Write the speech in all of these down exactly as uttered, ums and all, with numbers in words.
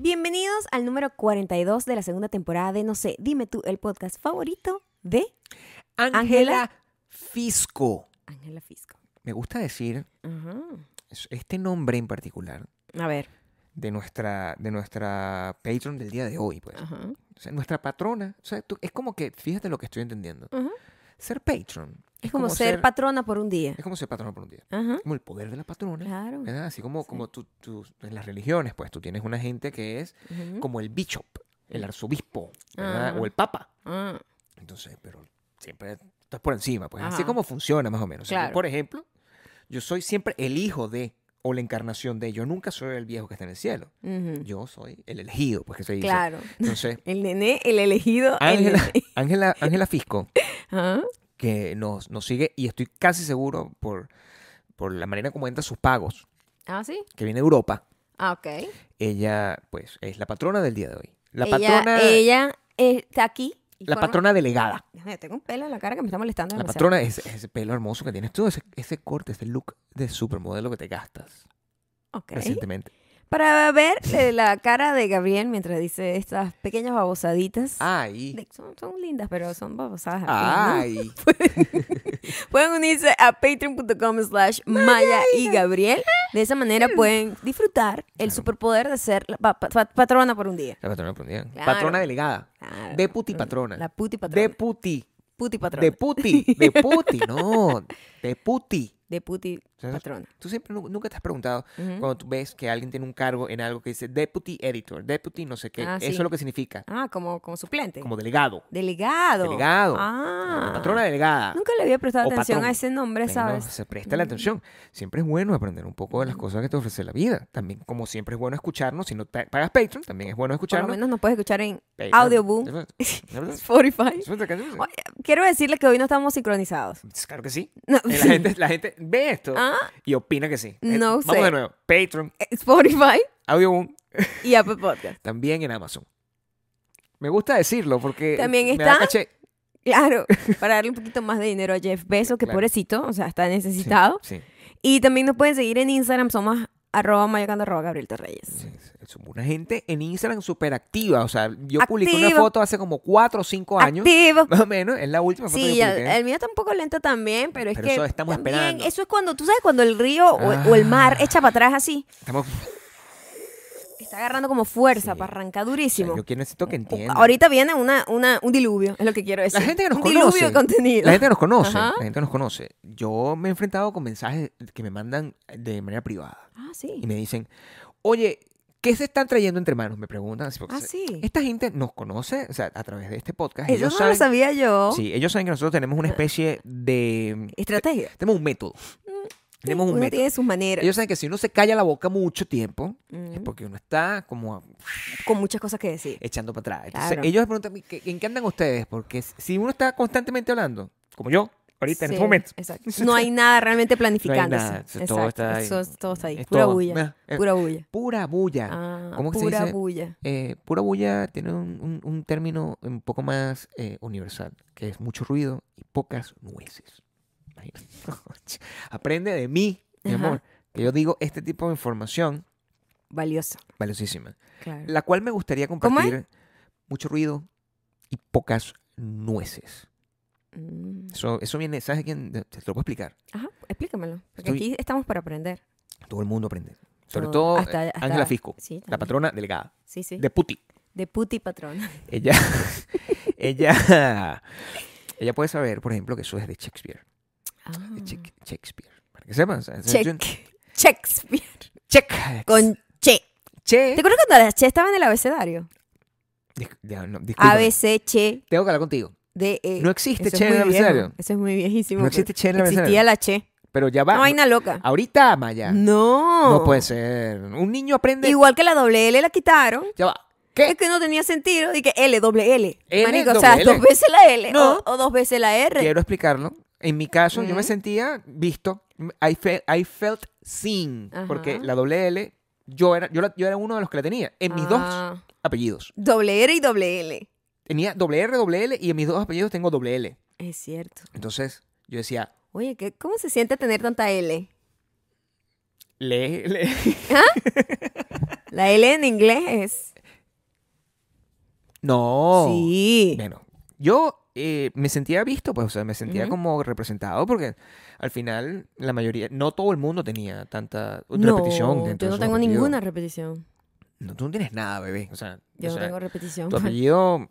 Bienvenidos al número cuarenta y dos de la segunda temporada de No sé, dime tú, el podcast favorito de Ángela Fisco. Ángela Fisco. Me gusta decir Uh-huh. este nombre en particular A ver. de nuestra, de nuestra patron del día de hoy, pues. Uh-huh. O sea, nuestra patrona. O sea, tú- es como que, fíjate lo que estoy entendiendo. Uh-huh. Ser patron. Es como, ser, patrona por un día. Es como ser patrona por un día. Ajá. Como el poder de la patrona. Claro. ¿Verdad? Así como, Sí. como tú, tú- en las religiones, pues tú tienes una gente que es Ujú. como el bishop, el arzobispo, ¿verdad? Ah. O el papa. Ah. Entonces, pero siempre estás por encima, pues. Así Ajá. es como funciona más o menos. O sea, yo, Claro. por ejemplo, yo soy siempre el hijo de, o la encarnación de. Yo nunca soy el viejo que está en el cielo. Ujú. Yo soy el elegido, pues que se dice. Claro. Entonces, El nené, el elegido, el Ángela, nené. Ángela, Ángela Fisco, Ajá. que nos, nos sigue, y estoy casi seguro por, por la manera como entra sus pagos, Ah, ¿sí? que viene de Europa. Ah, ok. Ella, pues, es la patrona del día de hoy. La ella, patrona, ella está aquí. y la forma- patrona delegada. Dios mío, tengo un pelo en la cara que me está molestando La demasiado. patrona es ese pelo hermoso que tienes tú, ese, ese corte, ese look de supermodelo que te gastas Ok. recientemente. Para ver eh, la cara de Gabriel mientras dice estas pequeñas babosaditas. Ay, De- Son, son lindas, pero son babosadas. al fin, ¿no? ay. Pueden unirse a patreon.com slash Maya y Gabriel. De esa manera pueden disfrutar el Claro. superpoder de ser la pa- pa- patrona por un día. La patrona, por un día. Claro. Patrona delegada. Claro. Deputy patrona. La puti patrona. Deputy. puti patrona. De puti. De puti. No. De puti. De puti ¿Sabes? patrona. Tú siempre nu- nunca te has preguntado Ujú. cuando tú ves que alguien tiene un cargo en algo que dice deputy editor, deputy no sé qué. Ah, Eso sí. es lo que significa. Ah, como, como suplente. Como delegado. Delegado. Delegado. Ah. Patrona delegada. Nunca le había prestado O atención patrón. a ese nombre, Bueno, ¿sabes? se presta la atención. Siempre es bueno aprender un poco de las cosas que te ofrece la vida. También, como siempre es bueno escucharnos. Si no pa- pagas Patreon, también es bueno Por lo escucharnos. menos nos puedes escuchar en Patreon. Audioboom, Spotify. Oye, Quiero decirle que hoy no estamos sincronizados. Claro que sí. No, Eh, La, sí. gente, la gente ve esto Ah, y opina que sí. Eh, No Vamos sé. de nuevo. Patreon, Spotify Audioboom, y Apple Podcast. también en Amazon. Me gusta decirlo porque También me está- da caché. Claro, para darle un poquito más de dinero a Jeff Bezos, que Claro. pobrecito, o sea, está Sí, necesitado. Sí, Y también nos pueden seguir en Instagram, somos arroba mayocando arroba Gabriel Torreyes. sí, sí. Somos una gente en Instagram súper activa. O sea, yo publiqué una Activo. foto hace como cuatro o cinco años. Activo. Más o menos. Es la última foto Sí, que el, publiqué. el mío está un poco lento también, pero es Pero que eso estamos también, esperando. eso es cuando, tú sabes, cuando el río o, o el mar Ah. echa para atrás así, Estamos... está agarrando como fuerza Sí. para arrancar o sea, durísimo. yo quiero necesito que entiendan. Ahorita viene una, una, un diluvio, es lo que quiero decir. La gente que nos un conoce. diluvio de contenido. La gente que nos conoce. Ajá. La gente que nos conoce. Yo me he enfrentado con mensajes que me mandan de manera privada. Ah, sí. Y me dicen, oye, ¿qué se están trayendo entre manos? Me preguntan. Así, porque Ah, se- sí. Esta gente nos conoce, o sea, a través de este podcast. Eso ellos no saben, lo sabía yo. sí, ellos saben que nosotros tenemos una especie de... Estrategia. Tenemos un método. Tenemos un Uno método. tiene sus maneras. Ellos saben que si uno se calla la boca mucho tiempo, es Ujú. porque uno está como Con muchas cosas que decir. echando para atrás. Entonces, Claro. ellos me preguntan, ¿qué- ¿en qué andan ustedes? Porque si uno está constantemente hablando, como yo, ahorita en Sí, este momento, Exacto. No hay nada realmente planificándose. nada, eso Exacto. todo está ahí. Eso es- todo está ahí. Es Pura todo. bulla. Mira, eh, Pura bulla. pura bulla. Ah, ¿Cómo que se pura dice? bulla. Eh, pura bulla tiene un, un- un término un poco más eh, universal, que es mucho ruido y pocas nueces. Imagínate. Aprende de mí, mi Ajá. amor, que yo digo este tipo de información Valiosa. valiosísima, Claro. la cual me gustaría ¿Cómo es? compartir. Mucho ruido y pocas nueces. Mm. Eso, eso viene, ¿sabes quién? Te, te lo puedo explicar. Ajá, explícamelo. Porque Estoy- aquí estamos para aprender. Todo el mundo aprende. Sobre Todo. todo Hasta- eh, hasta- Ángela Fisco, Sí, la también. patrona delegada Sí, sí. de Puti. De puti patrona. Ella, ella, ella puede saber, por ejemplo, que eso es de Shakespeare. Ah. De Shak- Shakespeare. Para que sepan. o sea, es- Check. Shakespeare. Check. Con che. Che. ¿Te acuerdas cuando la che estaba en el abecedario? Dis- ya, no, discúlpame. A, B, C, che, Tengo que hablar contigo. D, E. No existe Eso es che en el muy viejo. abecedario. Eso es muy viejísimo. No existe pero che en el Existía abecedario. la che. Pero ya va. Una vaina loca. Ahorita, Maya. No. No puede ser. Un niño aprende. Igual que la doble L la quitaron. Ya va. ¿Qué? Es que no tenía sentido. Y que L, doble L. L, Marico, o doble sea, L. dos veces la L No. o, o dos veces la R. Quiero explicarlo. En mi caso, yo me Mm. sentía visto. I, fe- I felt seen. Ajá. Porque la doble L, yo era, yo, la- yo era uno de los que la tenía. En mis dos Ah. apellidos. Doble R y doble L. Tenía doble R, doble L y en mis dos apellidos tengo doble L. Es cierto. Entonces, yo decía, Oye, ¿qué, ¿cómo se siente tener tanta L? le, le- La L en inglés es No. Sí. Bueno, yo eh, me sentía visto, pues, o sea, me sentía Ujú. como representado porque al final la mayoría, no todo el mundo tenía tanta No, repetición dentro yo de no su tengo apellido. ninguna repetición. No, tú no tienes nada, bebé. O sea, Yo o no sea, tengo repetición. tu apellido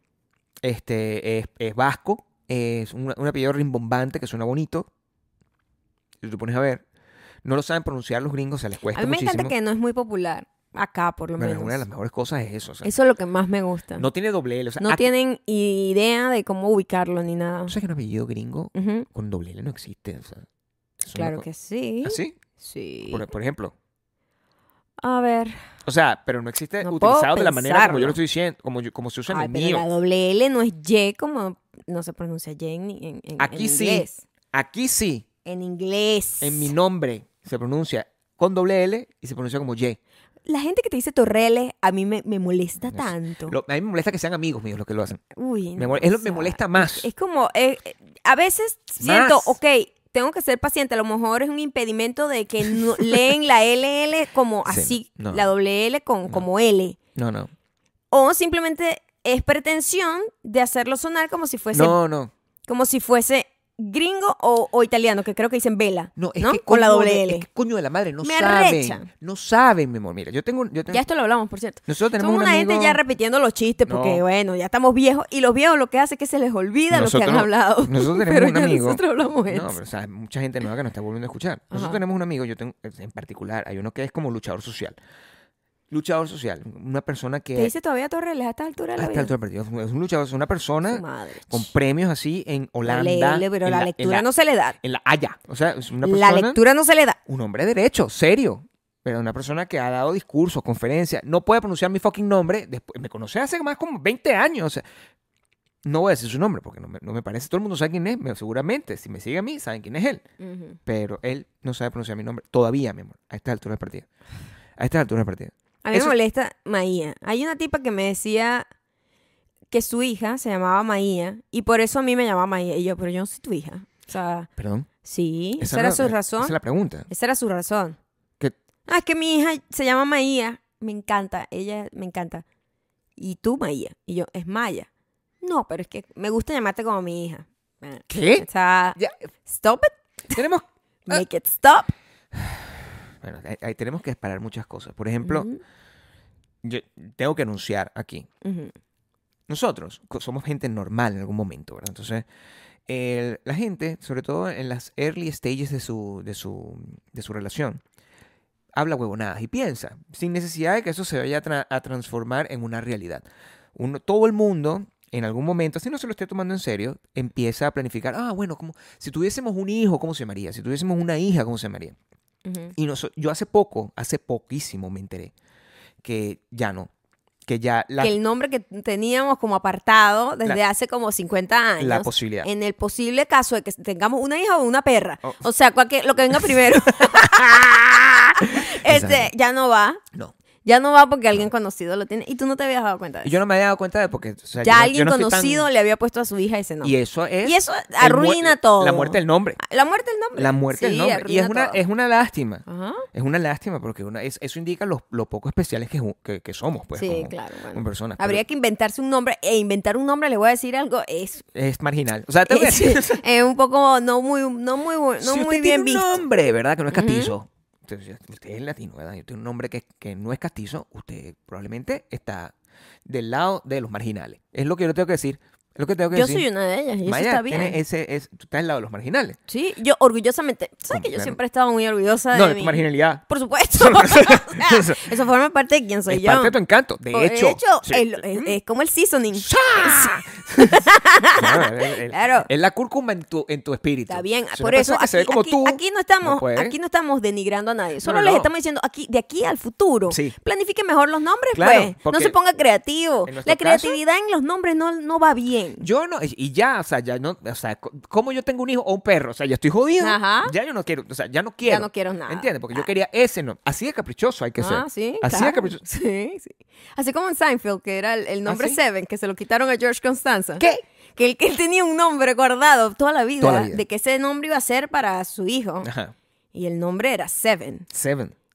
este, es, es vasco, es un, un apellido rimbombante que suena bonito. Si tú pones a ver, no lo saben pronunciar los gringos, o sea, les A cuesta mí me muchísimo. encanta que no es muy popular. Acá, por lo Bueno, menos. una de las mejores cosas es eso. O sea, Eso es lo que más me gusta. No, no tiene doble L. O sea, aquí- tienen idea de cómo ubicarlo ni nada. ¿tú sabes que un apellido gringo Ujú. con doble L no existe? O sea, es una Claro co- que sí. ¿Así? Sí. Por, por ejemplo. A ver. O sea, pero no existe No puedo utilizado de la manera como yo pensarlo. lo estoy diciendo, como, yo- como se usa en Ay, el pero mío. la doble L no es Y como no se pronuncia Y en, en, en- Aquí en sí. inglés. Aquí sí, En inglés. en mi nombre se pronuncia con doble L y se pronuncia como Y. La gente que te dice Torrele a mí me, me molesta Es- tanto. Lo- a mí me molesta que sean amigos míos los que lo hacen. Uy, Me no, mol- es lo- o me sea, molesta más. Es como, eh, eh, a veces siento, Más. ok, tengo que ser paciente. A lo mejor es un impedimento de que no- leen la L L como Sí, así, no, no. la doble L con, No. como L. No, no. O simplemente es pretensión de hacerlo sonar como si fuese, No, no. como si fuese gringo o, o italiano, que creo que dicen vela. No, es ¿no? que Con la coño doble de- L. es que coño de la madre, no Me saben. arrecha. No saben, mi amor. Mira, yo tengo, yo tengo Ya esto lo hablamos, por cierto. nosotros tenemos Somos un una amigo, gente ya repitiendo los chistes porque, No. bueno, ya estamos viejos. Y los viejos lo que hace es que se les olvida Nosotros lo que han no- hablado. nosotros tenemos Pero un ya amigo- nosotros hablamos No, eso. pero o sea, mucha gente nueva que nos está volviendo a escuchar. Nosotros Ajá. tenemos un amigo, yo tengo, en particular, hay uno que es como luchador social. Luchador social, una persona que ¿Te dice todavía Torres a esta altura de la hasta vida? el partido es un luchador, es una Su persona madre. con premios así en Holanda. La L, pero en la, en lectura no se le da. En la Haya. O sea, es una La persona, lectura no se le da. un hombre de derecho, serio. Pero una persona que ha dado discursos, conferencias, no puede pronunciar mi fucking nombre. Después, me conoce hace más como veinte años. O sea, no voy a decir su nombre porque no me, no me parece. Todo el mundo sabe quién es, me- seguramente. Si me sigue a mí, saben quién es él. Ujú. Pero él no sabe pronunciar mi nombre todavía, mi amor. A esta altura del partido. A esta altura del partido. A mí Eso- me molesta Maía. Hay una tipa que me decía que su hija se llamaba Maía y por eso a mí me llamaba Maía. Y yo, pero yo no soy tu hija. O sea, Perdón. sí, esa, no- era su Esa razón. es la pregunta. Esa era su razón. ¿Qué? Ah, es que mi hija se llama Maía. Me encanta. Ella me encanta. Y tú, Maía. Y yo, es Maya. No, pero es que me gusta llamarte como mi hija. Eh, ¿Qué? O sea, Ya, stop it. tenemos... Make it stop. Bueno, ahí, ahí tenemos que parar muchas cosas. Por ejemplo, Ujú, yo tengo que anunciar aquí. ujú. Nosotros co- somos gente normal en algún momento, ¿verdad? Entonces, el- la gente, sobre todo en las early stages de su, de su, de su relación, habla huevonadas y piensa, sin necesidad de que eso se vaya a, tra- a transformar en una realidad. Uno, todo el mundo, en algún momento, si no se lo esté tomando en serio, empieza a planificar, ah, bueno, como si tuviésemos un hijo, ¿cómo se llamaría? Si tuviésemos una hija, ¿cómo se llamaría? Ujú. Y noso- yo hace poco, hace poquísimo me enteré que ya no, que ya la, Que el nombre que teníamos como apartado desde La- hace como cincuenta años. la posibilidad. En el posible caso de que tengamos una hija o una perra. Oh. O sea, cualquier, lo que venga primero. este, Exacto. ya no va. No. Ya no va porque alguien conocido lo tiene. Y tú no te habías dado cuenta de Y eso. yo no me había dado cuenta de porque... o sea, Ya yo no- yo alguien no estoy tan- conocido le había puesto a su hija ese nombre. Y eso es... Y eso el arruina mu- todo. La muerte del nombre. La muerte del nombre. La muerte del Sí, nombre. Y arruina es una, todo. es una lástima. Ajá. Es una lástima porque una, es- eso indica lo, lo poco especiales que, ju- que, que somos, pues, sí, como, claro. bueno. como personas. Habría Pero que inventarse un nombre. E inventar un nombre, le voy a decir algo, es, es marginal. O sea, te voy a es, decir... es un poco no muy, no muy, bu- no si muy usted bien tiene un visto. nombre, ¿verdad? Que no es Ujú. castizo. Usted, usted es latino, ¿verdad? Y tiene un nombre que, que no es castizo. Usted probablemente está del lado de los marginales. Es lo que yo tengo que decir. Es lo que tengo que Yo decir. soy una de ellas y eso Maya, está bien. tiene ese, es, tú estás del lado de los marginales. Sí, yo orgullosamente. ¿Sabes Como, que yo claro. siempre he estado muy orgullosa No, de de tu mí? marginalidad. Por supuesto. O sea, eso forma parte de quién soy Es yo. parte de tu encanto. De Por hecho. sí. el- es, es como el seasoning. Claro, es- es- Claro. es la cúrcuma en tu, en tu espíritu. Está bien, Si por una eso persona que aquí, se ve como aquí- tú, aquí no estamos, no puede. aquí no estamos denigrando a nadie. Solo no, les no. estamos diciendo aquí de aquí al futuro. Sí. Planifique mejor los nombres, Claro, pues. No porque se ponga creativo. en nuestro La creatividad en los nombres no, no va bien. Yo no, y y ya, o sea, ya no, o sea, co- como yo tengo un hijo o un perro, o sea, ya estoy jodido. Ajá. Ya yo no quiero, o sea, ya no quiero. no quiero nada. ¿Entiendes? Porque yo Ah. quería ese no. Así de caprichoso hay que ser. Ah, sí. Así claro. de caprichoso. Sí, sí. Así como en Seinfeld, que era el, el nombre ¿Ah, sí? Seven, que se lo quitaron a George Constanza. ¿Qué? Que él, que él tenía un nombre guardado toda la, vida, Toda la vida. de que ese nombre iba a ser para su hijo. Ajá. Y el nombre era Seven. Seven. Y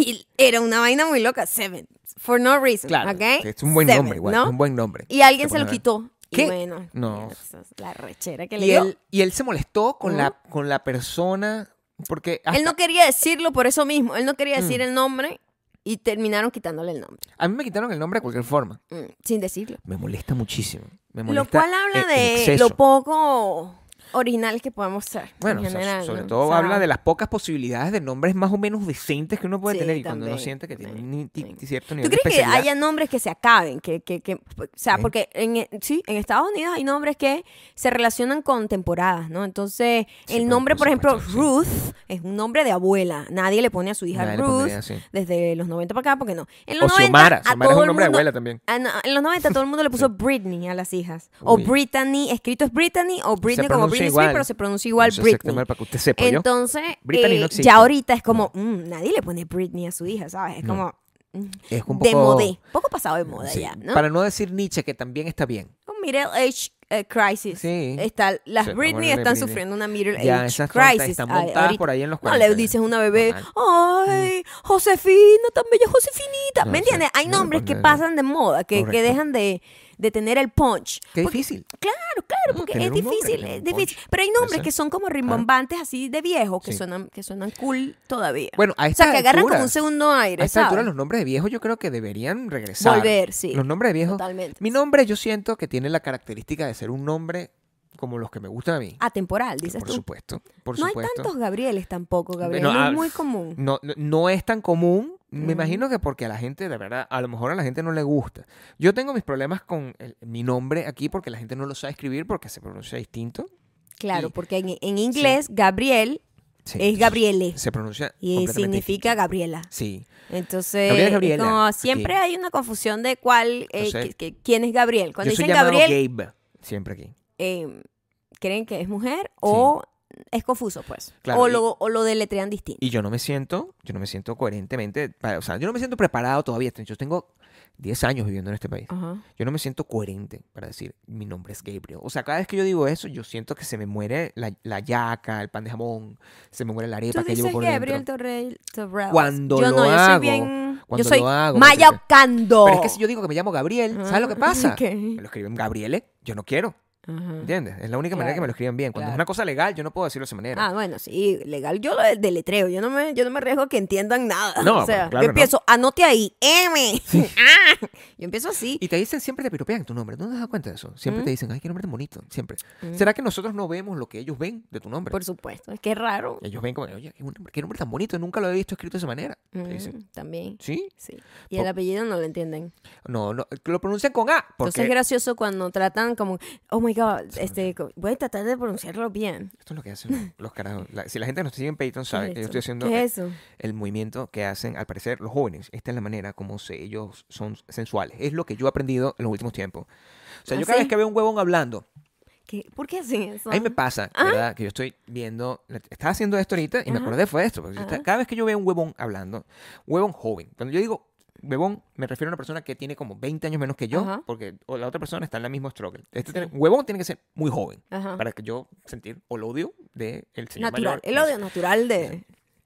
Y era una vaina muy loca, Seven, for no reason, Claro, ¿ok? que es un buen Seven, nombre igual, ¿no? es un buen nombre. Y alguien Te se lo pones a ver. quitó. ¿Qué? Y bueno, No. esa es la rechera que le Y dio. él, y él se molestó con, Ujú. la, con la persona porque hasta- Él no quería decirlo por eso mismo. Él no quería decir Mm. el nombre y terminaron quitándole el nombre. a mí me quitaron el nombre de cualquier forma. Mm, sin decirlo. Me molesta muchísimo. Me Lo molesta cual habla en- en de exceso. lo poco originales que podemos ser. Bueno, en o sea, general, sobre ¿no? todo O sea, habla de las pocas posibilidades de nombres más o menos decentes que uno puede Sí, tener y cuando uno también, siente que tiene también, un ni- ti- sí. cierto ¿Tú nivel de crees que especialidad. haya nombres que se acaben? Que, que, que, o sea, ¿Eh? porque en, e- sí, en Estados Unidos hay nombres que se relacionan con temporadas, ¿no? Entonces, Sí, el por- nombre, por por, ejemplo, supuesto, sí. Ruth es un nombre de abuela. Nadie le pone a su hija Nadie le Ruth pondría así. desde los noventa para acá, porque no. En O los noventa, Xiomara. a Xiomara es todo un el nombre de mundo- abuela también. Ah, no, en los noventa todo el mundo le puso Britney a las hijas. Uy. O Brittany, escrito es Brittany, o Britney como pronuncia Britney igual. Spears, pero se pronuncia igual Eso Britney. exactamente para que usted sepa, ¿yo? Entonces, Brittany eh, no existe. ya ahorita es como, mm, nadie le pone Britney a su hija, ¿sabes? Es No. como mm, Es un de poco- modé, poco pasado de moda Sí, ya, ¿no? Para no decir Nietzsche, que también está bien. Un middle age eh, crisis. Sí. Está, las Sí, Britney vamos a hablar de están Britney. sufriendo una middle Ya, age esas tontas crisis. están Ay, montadas ahorita. por ahí en los No cuarenta le ya. dices a una bebé, Normal. ay, Josefina, tan bella Josefinita. No, ¿Me o entiendes? sea, Hay no, nombres que no, no. pasan de moda, que, que Correcto. dejan de, de tener el punch. Qué Porque- difícil. Claro, claro, No, porque tener es un nombre difícil, que tenga es un difícil. punch. Pero hay Puede nombres ser. que son como rimbombantes así de viejos, que Sí. suenan que suenan cool todavía. Bueno, a o esta sea, que agarran altura- como un segundo aire, A esta altura ¿sabes? los nombres de viejos yo creo que deberían regresar. Volver, sí. Los nombres de viejos. Totalmente. Mi nombre yo siento que tiene la característica de ser un nombre como los que me gustan a mí. Atemporal, dices por tú. supuesto, por No supuesto. hay tantos Gabrieles tampoco, Gabriel. No, No, ah, es muy común. No, no, no es tan común. Me Ujú. imagino que porque a la gente, de verdad, a lo mejor a la gente no le gusta. Yo tengo mis problemas con el- mi nombre aquí porque la gente no lo sabe escribir porque se pronuncia distinto. Claro, y- porque en, en inglés Gabriel Sí, es Gabriele Se pronuncia y completamente significa distinto. Gabriela. Sí. Entonces, Gabriela es es Gabriela, como aquí. siempre hay una confusión de cuál, eh, Entonces, que- que- quién es Gabriel. Cuando Yo soy dicen llamado Gabriel, Gabe siempre aquí. eh, creen que es mujer o es confuso, pues. Claro, o, y- lo, o lo deletrean distinto. Y yo no me siento, yo no me siento coherentemente, para- o sea, yo no me siento preparado todavía. Yo tengo diez años viviendo en este país. Ajá. Yo no me siento coherente para decir mi nombre es Gabriel. O sea, cada vez que yo digo eso, yo siento que se me muere la, la yaca, el pan de jamón, se me muere la Tú arepa que llevo dices por Gabriel dentro. Torre- Torrellas. Cuando yo lo no, yo hago, soy bien... cuando yo soy lo hago, Maya porque- Ocando. Pero es que si yo digo que me llamo Gabriel, ¿sabes lo que pasa? ¿Qué? Me lo escriben Gabriele, yo no quiero. Ajá. ¿Entiendes? Es la única manera que Claro, me lo escriben bien. Cuando claro. es una cosa legal, yo no puedo decirlo de esa manera. Ah, bueno, sí, legal. Yo lo deletreo. Yo no me, yo no me arriesgo a que entiendan nada. No, o sea, bueno, claro, yo empiezo, anote ahí, M. Ah. Yo empiezo así. Y te dicen, siempre te piropean tu nombre. ¿No te das cuenta de eso? Siempre ¿Mm? te dicen, ay, qué nombre tan bonito. Siempre. Mm. ¿Será que nosotros no vemos lo que ellos ven de tu nombre? Por supuesto, es que es raro. Ellos ven como, oye, qué nombre, qué nombre tan bonito. Nunca lo he visto escrito de esa manera. Te Mm, dicen. también, ¿Sí? sí. Y Po- el apellido no lo entienden. No, no, lo pronuncian con A. Porque Entonces es gracioso cuando tratan como, oh my God, este, co- voy a tratar de pronunciarlo bien. esto es lo que hacen los carajos. La- si la gente nos sigue en Patreon, sabe ¿Qué que es yo estoy eso? haciendo ¿Qué el, es eso? el movimiento que hacen, al parecer, los jóvenes. Esta es la manera como se, ellos son sensuales. Es lo que yo he aprendido en los últimos tiempos. O sea, ¿Ah, yo cada sí? vez que veo un huevón hablando, ¿Qué? ¿Por qué hacen eso? a mí me pasa, ¿verdad? Que yo estoy viendo, estaba haciendo esto ahorita y me Ajá. acordé fue de esto. Porque yo Ajá. está- cada vez que yo veo un huevón hablando, huevón joven, cuando yo digo huevón, me refiero a una persona que tiene como veinte años menos que yo, Ajá. porque o la otra persona está en la misma struggle. Este tiene- huevón tiene que ser muy joven Ajá. para que yo sentir el odio del señor Natural, mayor. el odio natural de...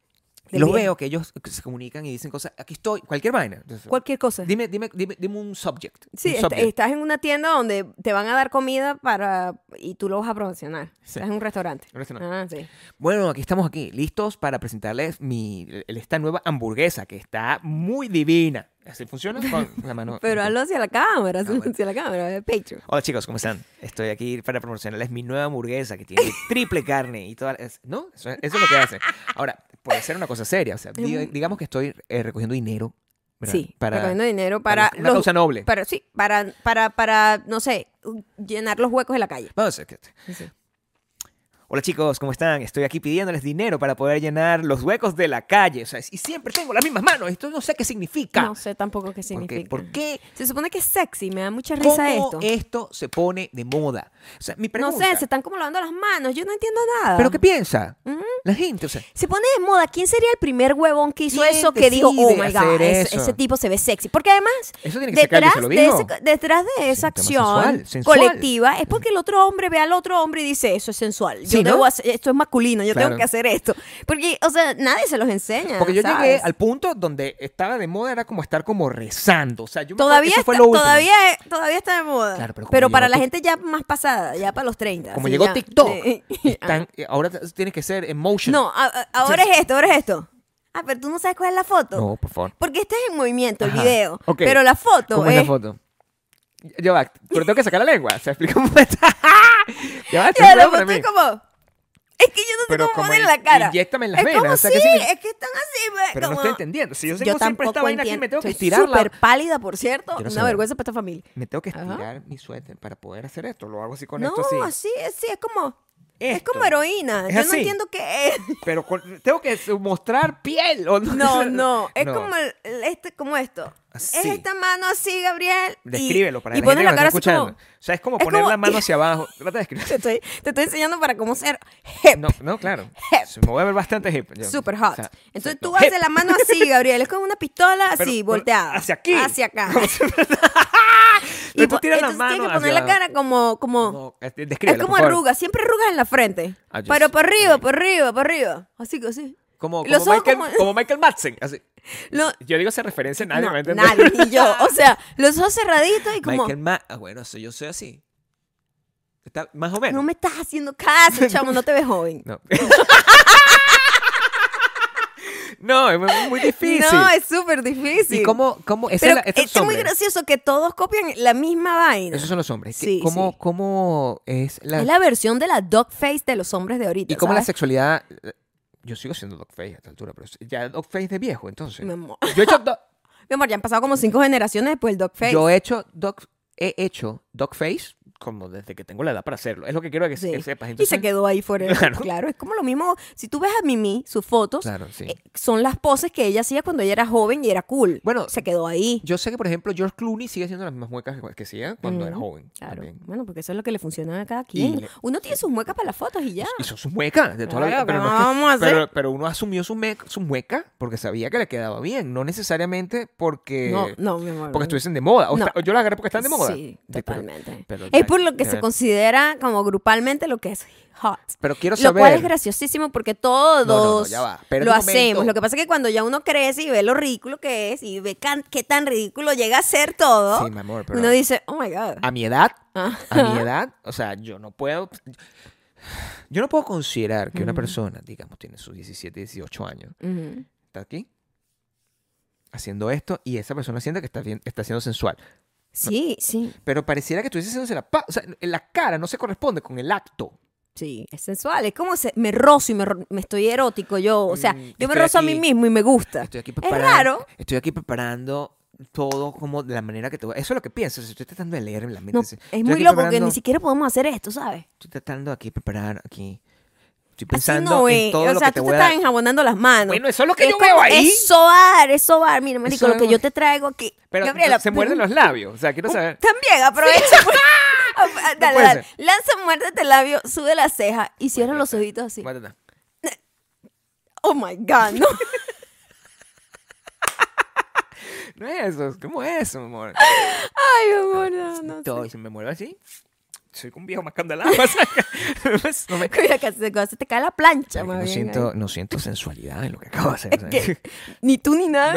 Y del los viejo. veo que ellos se comunican y dicen cosas, aquí estoy, cualquier vaina. Entonces, Cualquier cosa. dime, dime, dime, dime un subject. Sí, un est- subject. estás en una tienda donde te van a dar comida para y tú lo vas a promocionar. Sí. Estás en un restaurante. Un restaurante. Ah, sí. Bueno, aquí estamos aquí, listos para presentarles mi, el- esta nueva hamburguesa que está muy divina. ¿Así funciona? Con la mano. Pero hazlo hacia la cámara, Ah, bueno. hacia la cámara, de Patreon. Hola chicos, ¿cómo están? Estoy aquí para promocionarles mi nueva hamburguesa que tiene triple carne y toda... es- ¿No? Eso, eso es lo que hace. Ahora, puede ser una cosa seria. O sea, diga- digamos que estoy eh, recogiendo dinero. ¿verdad? Sí, para, recogiendo dinero para... para una los- causa noble. para, sí, para, para, para, no sé, llenar los huecos de la calle. Vamos a ver. Sí, sí. Hola chicos, ¿cómo están? Estoy aquí pidiéndoles dinero para poder llenar los huecos de la calle. O sea, y siempre tengo las mismas manos. Esto no sé qué significa. No sé tampoco qué ¿Por qué? significa. ¿Por qué? Se supone que es sexy, me da mucha ¿Cómo risa esto. esto se pone de moda? O sea, mi No pregunta... sé, se están como lavando las manos, yo no entiendo nada. ¿Pero qué piensa? Ujú. La gente, o sea... Se pone de moda. ¿Quién sería el primer huevón que hizo ¿Quién eso que dijo, oh decide my God, hacer ese, eso? ese tipo se ve sexy? Porque además, Eso tiene que ser que alguien detrás se lo de, dijo. ese- detrás de esa Sí, un tema acción sensual, sensual. colectiva es porque el otro hombre ve al otro hombre y dice, eso es sensual. Yo yo ¿no? debo hacer, esto es masculino, yo Claro. tengo que hacer esto. Porque, o sea, nadie se los enseña. Porque yo ¿sabes? llegué al punto donde estaba de moda, era como estar como rezando. O sea, yo me acuerdo- Todavía, eso fue está, lo último. todavía, todavía está de moda. Claro, pero pero como para llegó la Tik- gente ya más pasada, ya para los treinta. Como así llegó ya. TikTok, Eh, están- ahora tiene que ser emotion. No, a- a- ahora es esto, ahora es esto. Ah, pero tú no sabes cuál es la foto. No, por favor. Porque este es en movimiento, el Ajá. video. Ok. Pero la foto ¿Cómo es... es la foto? Ya va, pero tengo que sacar la lengua. ¿Se explica cómo está? Ya va, Ya, chupeo la para foto mí. es como... Es que yo no sé Pero cómo como poner in- la cara. inyéctame en las es venas, como o sea, sí, ¿qué significa? es que están así. pues, Pero no como- estoy entendiendo. Si yo Yo tengo siempre tampoco esta vaina aquí, entiendo. me tengo que Estoy estirarla. súper pálida, por cierto. Quiero Una saber. vergüenza para esta familia. Me tengo que Ajá. estirar mi suéter para poder hacer esto. Lo hago así con No, esto así. así, así, es como... Es Esto. como heroína. Es Yo así. no entiendo qué es. Pero con- tengo que mostrar piel. ¿O no? No, no. Es No. como el- el- este, como esto. Así. Es esta mano así, Gabriel. y- Descríbelo para y la pones gente la que cara nos así está como... escuchando. O sea, es como es poner como- la mano hacia abajo. Trata de Te escribir. estoy, te estoy enseñando para cómo ser hip. No, no, claro. Hip. Se me voy a ver bastante hip. Yo- Super hot. o sea, Entonces exacto. tú Hip. haces la mano así, Gabriel. Es como una pistola así, Pero, volteada. hacia aquí. Hacia acá. Pero tú po- tiras la entonces mano tienes que poner la hacia- cara como... como Como- este, es descríbelo, como por favor. arrugas. Siempre arrugas en la frente. Ah, yo Pero sé. por arriba, Ok. por arriba, por arriba. Así que así. Como, Los como, ojos Michael, como- como Michael Madsen. Así. Lo- Yo digo esa referencia, nadie no, me va a entender. nadie, ni yo. O sea, los ojos cerraditos y como... Michael Ma ah, bueno, so- yo soy así. Está más o menos. No me estás haciendo caso, chamo. No te ves joven. No. No, es muy, muy difícil. No, es súper difícil. ¿Y cómo, cómo esa Pero es la, estos es muy hombres. gracioso que todos copian la misma vaina. Esos son los hombres. ¿Qué- Sí, ¿Cómo, sí. ¿Cómo es la, Es la versión de la dog face de los hombres de ahorita. y cómo la ¿sabes? sexualidad? Yo sigo siendo dogface a esta altura, pero ya dogface de viejo, entonces. Mi amor. Yo he hecho do- Mi amor, ya han pasado como cinco generaciones después del dog face. yo he hecho dog he hecho dogface como desde que tengo la edad para hacerlo. Es lo que quiero que, Sí. que sepas. Y Entonces, se quedó ahí forever. Claro. Claro. es como lo mismo. Si tú ves a Mimi, sus fotos, Claro, sí. eh, son las poses que ella hacía cuando ella era joven y era cool. Bueno, se quedó ahí. Yo sé que, por ejemplo, George Clooney sigue haciendo las mismas muecas que, que hacía cuando era Ujú, joven. Claro. también. Bueno, porque eso es lo que le funciona a cada quien. le- Uno tiene sus muecas para las fotos y ya. Y son sus muecas de toda la vida. Claro, Pero, ¿qué no es que- vamos a hacer? pero, pero uno asumió su, me- su mueca porque sabía que le quedaba bien. No necesariamente porque, no, no, mi amor. porque estuviesen de moda. O No. está- yo las agarré porque están de moda. Sí, pero- totalmente. pero es ya- por lo que ya- se considera como grupalmente lo que es hot. Pero quiero Lo saber. cual es graciosísimo porque todos No, no, no, ya va. Espera lo un momento. hacemos. Lo que pasa es que cuando ya uno crece y ve lo ridículo que es y ve can- qué tan ridículo llega a ser todo, Sí, mi amor, pero uno dice, oh my God. a mi edad, Ah. a mi edad, o sea, yo no puedo. Yo no puedo considerar que una persona, digamos, tiene sus diecisiete, dieciocho años, Ujú. está aquí haciendo esto y esa persona siente que está, bien, está siendo sensual. Sí, sí, Pero pareciera que estuviese haciéndose la pa- o sea, la cara no se corresponde con el acto. sí, es sensual. Es como se, me rozo y me, ro- me estoy erótico yo. O sea, Mm, yo me estoy rozo a aquí. mí mismo y me gusta. Estoy aquí Es preparando, raro. Estoy aquí preparando todo como de la manera que te voy. Eso es lo que pienso. Estoy tratando de leer en la mente. No, Estoy es muy aquí loco que preparando- ni siquiera podemos hacer esto, ¿sabes? Estoy tratando aquí de preparar aquí. Estoy Así pensando no en es. todo O lo sea, que te tú voy te a estás dar. enjabonando las manos. Bueno, eso es lo que Es yo como- veo ahí. Es sobar, es sobar. Mira, marico, Eso lo que es- yo te traigo aquí. Pero Gabriela, se muerden los labios. O sea, quiero saber. También, aprovecha. pues. Dale, puede dale. ser. Lanza, muérdete el labio, sube la ceja y cierra los ojitos así. Muérdete. Oh my God, no. No es eso. ¿Cómo es eso, mi amor? Ay, mi amor, no, no. Todo, y si me muevo así, soy un viejo más candalado. O sea, no me- Cuida que se, cuando se te cae la plancha, no, más bien, siento, ahí. no siento sensualidad en lo que acabo de hacer. o sea, Que ni tú ni nadie.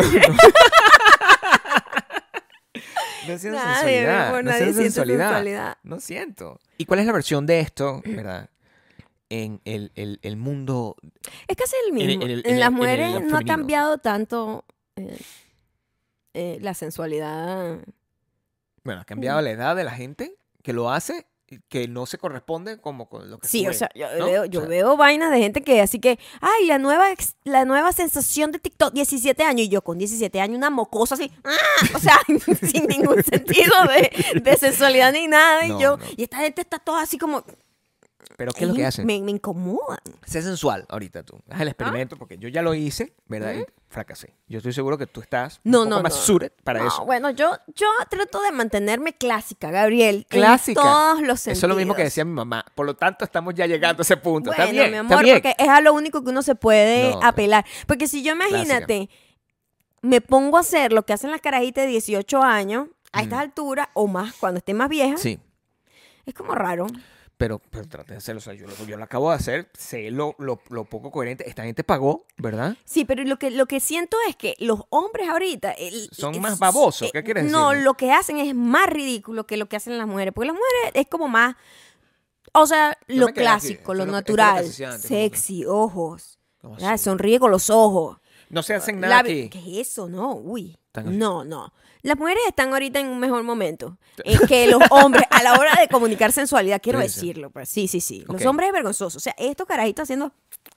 No siento Nadie, mi sensualidad. amor, no nadie siento siente sensualidad. sensualidad. No siento. ¿Y cuál es la versión de esto, verdad? En el, el, el mundo. Es casi el En- mismo. en En, el- en las el- en mujeres el no ha femenino. cambiado tanto eh, eh, la sensualidad. Bueno, ha cambiado la edad de la gente que lo hace, y que no se corresponde como con lo que Sí, se o sea, yo, ¿no? veo, O yo sea, veo vainas de gente que así que, ay, la nueva ex- la nueva sensación de TikTok, diecisiete años, y yo con diecisiete años una mocosa así, ¡ah! O sea, sin ningún sentido de, de sensualidad ni nada, y No, yo, no. y esta gente está toda así como, Pero ¿qué es lo que hacen? Me, me incomodan. Sé sensual ahorita tú. Haz el experimento porque yo ya lo hice, ¿verdad? Y fracasé. Yo estoy seguro que tú estás un No, poco no, más no. suited para No, eso. bueno, yo, yo trato de mantenerme clásica, Gabriel. Clásica. En todos los sentidos. Eso es lo mismo que decía mi mamá. Por lo tanto, estamos ya llegando a ese punto. Bueno, está bien, mi está amor, bien. porque es a lo único que uno se puede No, apelar. Porque si yo, imagínate, me pongo a hacer lo que hacen las carajitas de dieciocho años, a estas alturas, o más, cuando esté más vieja, Sí. es como raro. Pero, pero traté de hacerlo. O sea, yo, lo- yo lo acabo de hacer. Sé lo, lo, lo poco coherente. Esta gente pagó, ¿verdad? Sí, pero lo que, lo que siento es que los hombres ahorita... el- Son es- más babosos. ¿Qué eh, quieres No, decir? lo que hacen es más ridículo que lo que hacen las mujeres. Porque las mujeres es como más... O sea, Yo lo me quedé aquí. clásico, Esto lo es lo que- esto es lo que natural, se hacía antes, como que- sexy, ojos. ¿Cómo ¿verdad? así? Sonríe con los ojos. No se hacen nada La- aquí. ¿Qué es eso? No, uy. Están así. No, no. Las mujeres están ahorita en un mejor momento. Es que los hombres, a la hora de comunicar sensualidad, quiero Sí, sí. decirlo, pues, sí, sí, sí. Los Ok. hombres es vergonzoso. O sea, estos carajitos haciendo...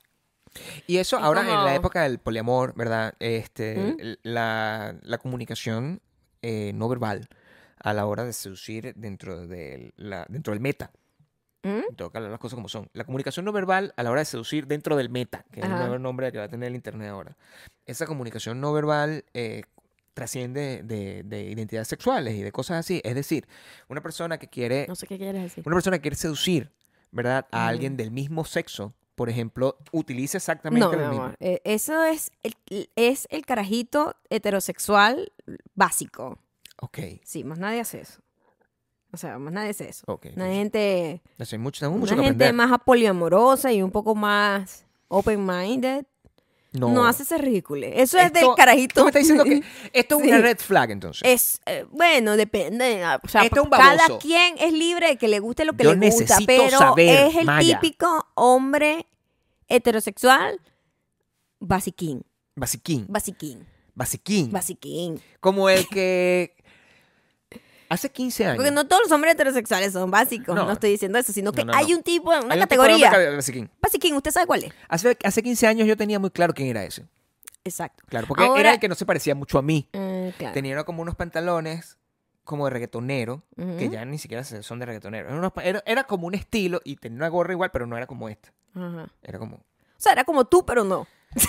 Y eso Es ahora en como- la época del poliamor, ¿verdad? Este, ¿Mm? l- la, la comunicación eh, no verbal a la hora de seducir dentro, de la, dentro del meta. ¿Mm? Tengo que hablar las cosas como son. La comunicación no verbal a la hora de seducir dentro del meta, que es el Ajá. nuevo nombre que va a tener el internet ahora. Esa comunicación no verbal eh, trasciende de, de identidades sexuales y de cosas así. Es decir, una persona que quiere, No sé qué quieres decir. una persona que quiere seducir, ¿verdad? A Ujú. alguien del mismo sexo, por ejemplo, utiliza exactamente No, mi lo mismo. amor. eh, eso es el, es el carajito heterosexual básico. Ok, Sí, más nadie hace eso. O sea, más nadie hace eso. ok. Una entonces, gente, entonces hay mucho, tenemos una mucho que gente aprender. más poliamorosa y un poco más open-minded no, hace ese ridículo. Eso es del Esto- carajito. Tú me estás diciendo que esto es Sí. una red flag, entonces. Es, eh, bueno, depende. ah, O sea, Esto es un cada baboso. quien es libre de que le guste lo que Yo le gusta, necesito pero saber, es el Maya. típico hombre heterosexual basiquín, Basiquín. basiquín, Basiquín. basiquín. Como el que hace quince años. Porque no todos los hombres heterosexuales son básicos, no, No. estoy diciendo eso, sino que No, no, hay no. un tipo, una Hay un tipo de hombre categoría. que- basiquín. Basiquín, ¿usted sabe cuál es? Hace, hace quince años yo tenía muy claro quién era ese. Exacto. Claro, porque Ahora- era el que no se parecía mucho a mí. Eh, claro. Tenía como unos pantalones como de reggaetonero, Ujú. que ya ni siquiera se- son de reggaetonero. Era, unos pa- era- era como un estilo y tenía una gorra igual, pero no era como esta. Ajá. Era como... O sea, era como tú, pero no.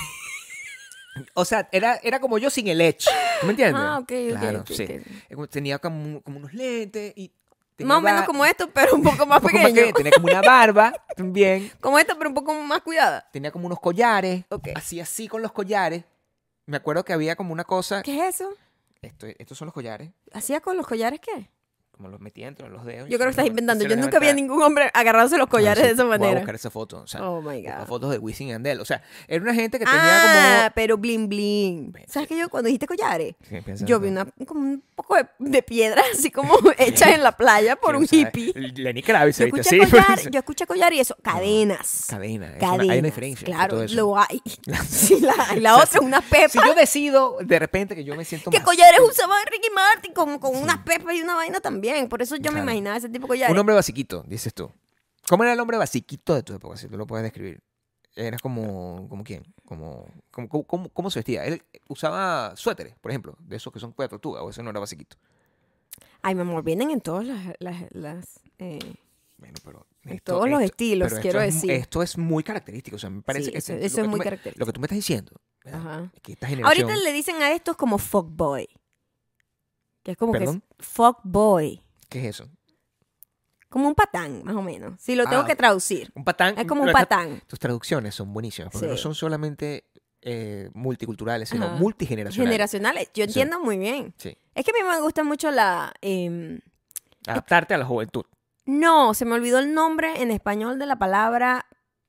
O sea, era, era como yo sin el edge. ¿Tú me entiendes? Ah, ok, ok, Claro, ok, sí. ok. Eh, como- Tenía como, como unos lentes y... tenía Más o menos ba- como esto, pero un poco más un poco pequeño. que- tenía como una barba también. Como esto, pero un poco más cuidada. Tenía como unos collares. Ok. Así, así con los collares. Me acuerdo que había como una cosa... ¿Qué es eso? Esto, estos son los collares. ¿Hacía con los collares qué? Como los metía entre los dedos. y Yo creo que se estás los- inventando. se Yo los nunca vi a levantaba. ningún hombre agarrándose los collares Ah, de sí, esa Voy a manera. buscar esa foto. O sea, Oh my busca God. fotos de Wisin y Yandel. O sea, era una gente que tenía Ah, pero bling bling. Ven, ¿Sabes sí. que yo cuando dijiste collares? como... ¿Qué piensas Yo tú? vi una, como un poco de, de piedra así como hechas en la playa por Sí, un o sea, hippie. Lenny Kravitz, Yo ¿viste? escuché, Sí, collar, pues. yo escuché collar y eso. Cadenas. Cadena. es una- Cadenas. hay una diferencia. entre Claro, todo eso. lo hay. Sí, la, y la O sea, otra, si- una pepa. Si yo decido de repente que yo me siento ¿Qué más... collares usaba Ricky Martin? Como con unas pepas y una vaina también. Por eso yo me Claro. imaginaba ese tipo de collares. Un hombre basiquito, dices tú. ¿Cómo era el hombre basiquito de tu época? Si tú lo puedes describir. Era como... ¿Como quién? Como, como, como- cómo, ¿Cómo se vestía? Él usaba suéteres, por ejemplo, de esos que son cuatro tortuga, o ese no era basiquito. Ay, mi amor, vienen en todas las... las, las, eh, Bueno, pero... En todos los estilos, pero esto quiero es- decir. Esto es muy característico. O sea, me parece Sí, que... eso- se- lo eso que es tú muy me- característico. Lo que tú me estás diciendo, ¿verdad? Ajá. Es que esta generación... Ahorita le dicen a estos como fuckboy. Que es como ¿Perdón? que es fuckboy. ¿Qué es eso? Como un patán, más o menos. Si lo tengo Ah, que traducir. Un patán. Es como un pero esta- patán. Tus traducciones son buenísimas, porque Sí. no son solamente eh, multiculturales, sino Ajá. multigeneracionales. Generacionales. Yo Sí. entiendo muy bien. Sí. Es que a mí me gusta mucho la... em, Adaptarte a la juventud. no, se me olvidó el nombre en español de la palabra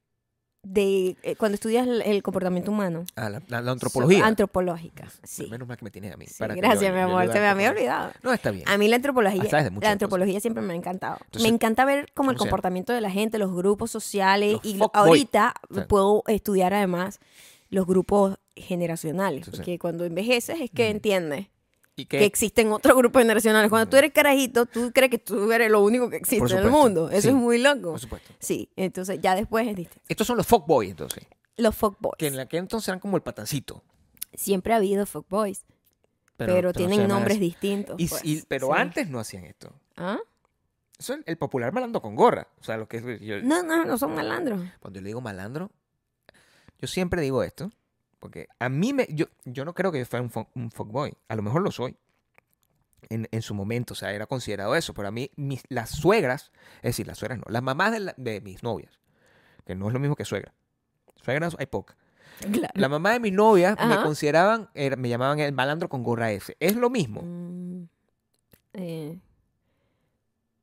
de eh, cuando estudias el, el comportamiento humano. A la, la- la antropología. So- antropológica, sí. Menos mal que me tienes a mí. Sí, para que gracias, yo- mi yo amor. ayude Se me a- había olvidado. No, está bien. A mí la antropología, Ah, sabes de muchas la antropología siempre me ha encantado. Entonces, me encanta ver como el ¿cómo se llama? comportamiento de la gente, los grupos sociales Los y fuckboy. ahorita Sí. puedo estudiar además los grupos generacionales, Sí, sí. porque cuando envejeces es que Ujú. entiendes ¿Y que qué? existen otros grupos generacionales. Cuando Ujú. tú eres carajito, tú crees que tú eres lo único que existe Por en el supuesto. mundo. Eso Sí. es muy loco. Por supuesto. Sí, entonces ya después es distinto. Estos son los fuckboys, entonces. Los fuckboys. Que en aquel entonces eran como el patancito. Siempre ha habido fuckboys, pero, no tienen se llaman nombres así. distintos. Y, pues. y- pero Sí. antes no hacían esto. ¿Ah? Eso es el popular malandro con gorra. O sea, lo que es... yo- No, no, no son malandros. Cuando yo le digo malandro, yo siempre digo esto, porque a mí me, yo, yo no creo que yo fuera un, fu- un fuckboy, a lo mejor lo soy, en, en su momento, o sea, era considerado eso, pero a mí, mis, las suegras, es decir, las suegras no, las mamás de, la- de mis novias, que no es lo mismo que suegra, suegras hay pocas, Claro. la mamá de mis novias me Ajá. consideraban, era- me llamaban el malandro con gorra ese, es lo mismo. Mm, eh,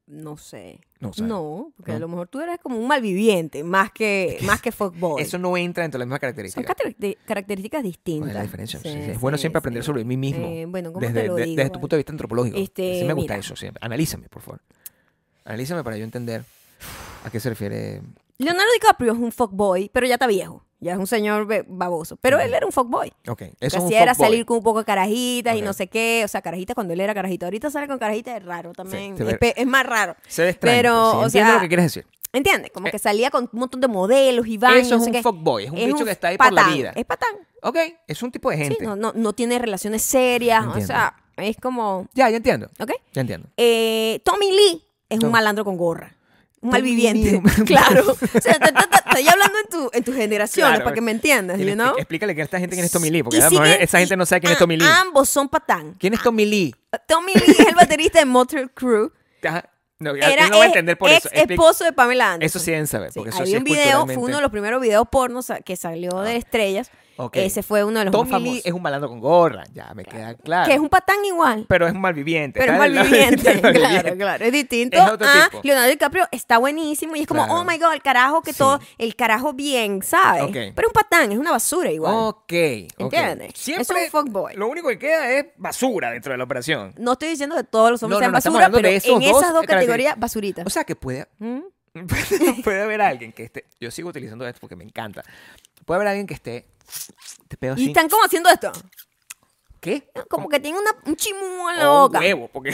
No sé. No sabe. No, porque ¿No? a lo mejor tú eres como un malviviente, más que, más que fuckboy. Eso no entra dentro de las mismas Son características. caracter- características distintas. ¿Cuál es la diferencia? Sí, Sí, sí. Es sí, bueno siempre aprender sí. sobre mí mismo. Eh, bueno, ¿cómo desde, te lo de- digo? desde tu punto de vista antropológico. Este, sí me gusta mira. eso siempre. Analízame, por favor. Analízame para yo entender a qué se refiere. Leonardo DiCaprio es un fuckboy, pero ya está viejo. Ya es un señor be- baboso. Pero él era un fuckboy. Ok, Lo eso que es un hacía era fuckboy. salir con un poco de carajitas y Ok. no sé qué. O sea, carajitas cuando él era carajito. Ahorita sale con carajitas es raro también. se es, ve- pe- es más raro. Se ve extraño. Pero, sí, o entiendo sea, lo que quieres decir. ¿entiendes? Como Eh, que salía con un montón de modelos y vainas. Eso es no sé un qué. fuckboy. Es un Es bicho un que está ahí por la patán, vida. Es patán. Ok, es un tipo de gente. Sí, no, no, no tiene relaciones serias. O Entiendo. sea, es como... Ya, ya entiendo. ¿Ok? Ya entiendo. Eh, Tommy Lee es Tom- un malandro con gorra. Un Tommy malviviente. Lee. Claro. O sea, te- te- te- estoy hablando en tu, en tus generaciones Claro. para que me entiendas, Tienes- you know? Explícale que esta gente quién es Tommy Lee, porque Y a lo mejor siguen- esa gente no sabe quién es a- Tommy Lee. Ambos son patán. ¿Quién es Tommy Lee? Tommy Lee es el baterista de Motley Crue. Ajá. No, ya- Era yo no voy a ex- entender por ex eso. Explica- esposo de Pamela Anderson. Eso sí deben saber, Sí, porque eso había sí un es video, culturalmente- fue uno de los primeros videos porno sa- que salió de estrellas. Ok. Ese fue uno de los Tommy más Lee famosos. es un malandro con gorra, ya me queda claro. Que es un patán igual. Pero es un malviviente. Pero es está del lado- malviviente, está malviviente. claro, claro. Es distinto Es otro a tipo. Leonardo DiCaprio, está buenísimo y es como, Claro. oh my God, el carajo que Sí. todo, el carajo bien, ¿sabes? Ok. Pero un patán, es una basura igual. Ok. ok. ¿Entiendes? Siempre Es un fuckboy. Lo único que queda es basura dentro de la operación. No estoy diciendo que todos los hombres No, no, sean no, estamos basura, hablando pero de esos en dos esas dos características. categorías, basuritas. O sea que puede, ¿Mm? puede haber alguien que esté. Yo sigo utilizando esto porque me encanta. Puede haber alguien que esté. Te pego Y así. están como haciendo esto. ¿Qué? Como que tienen una, un chimú en la O un boca. huevo, porque.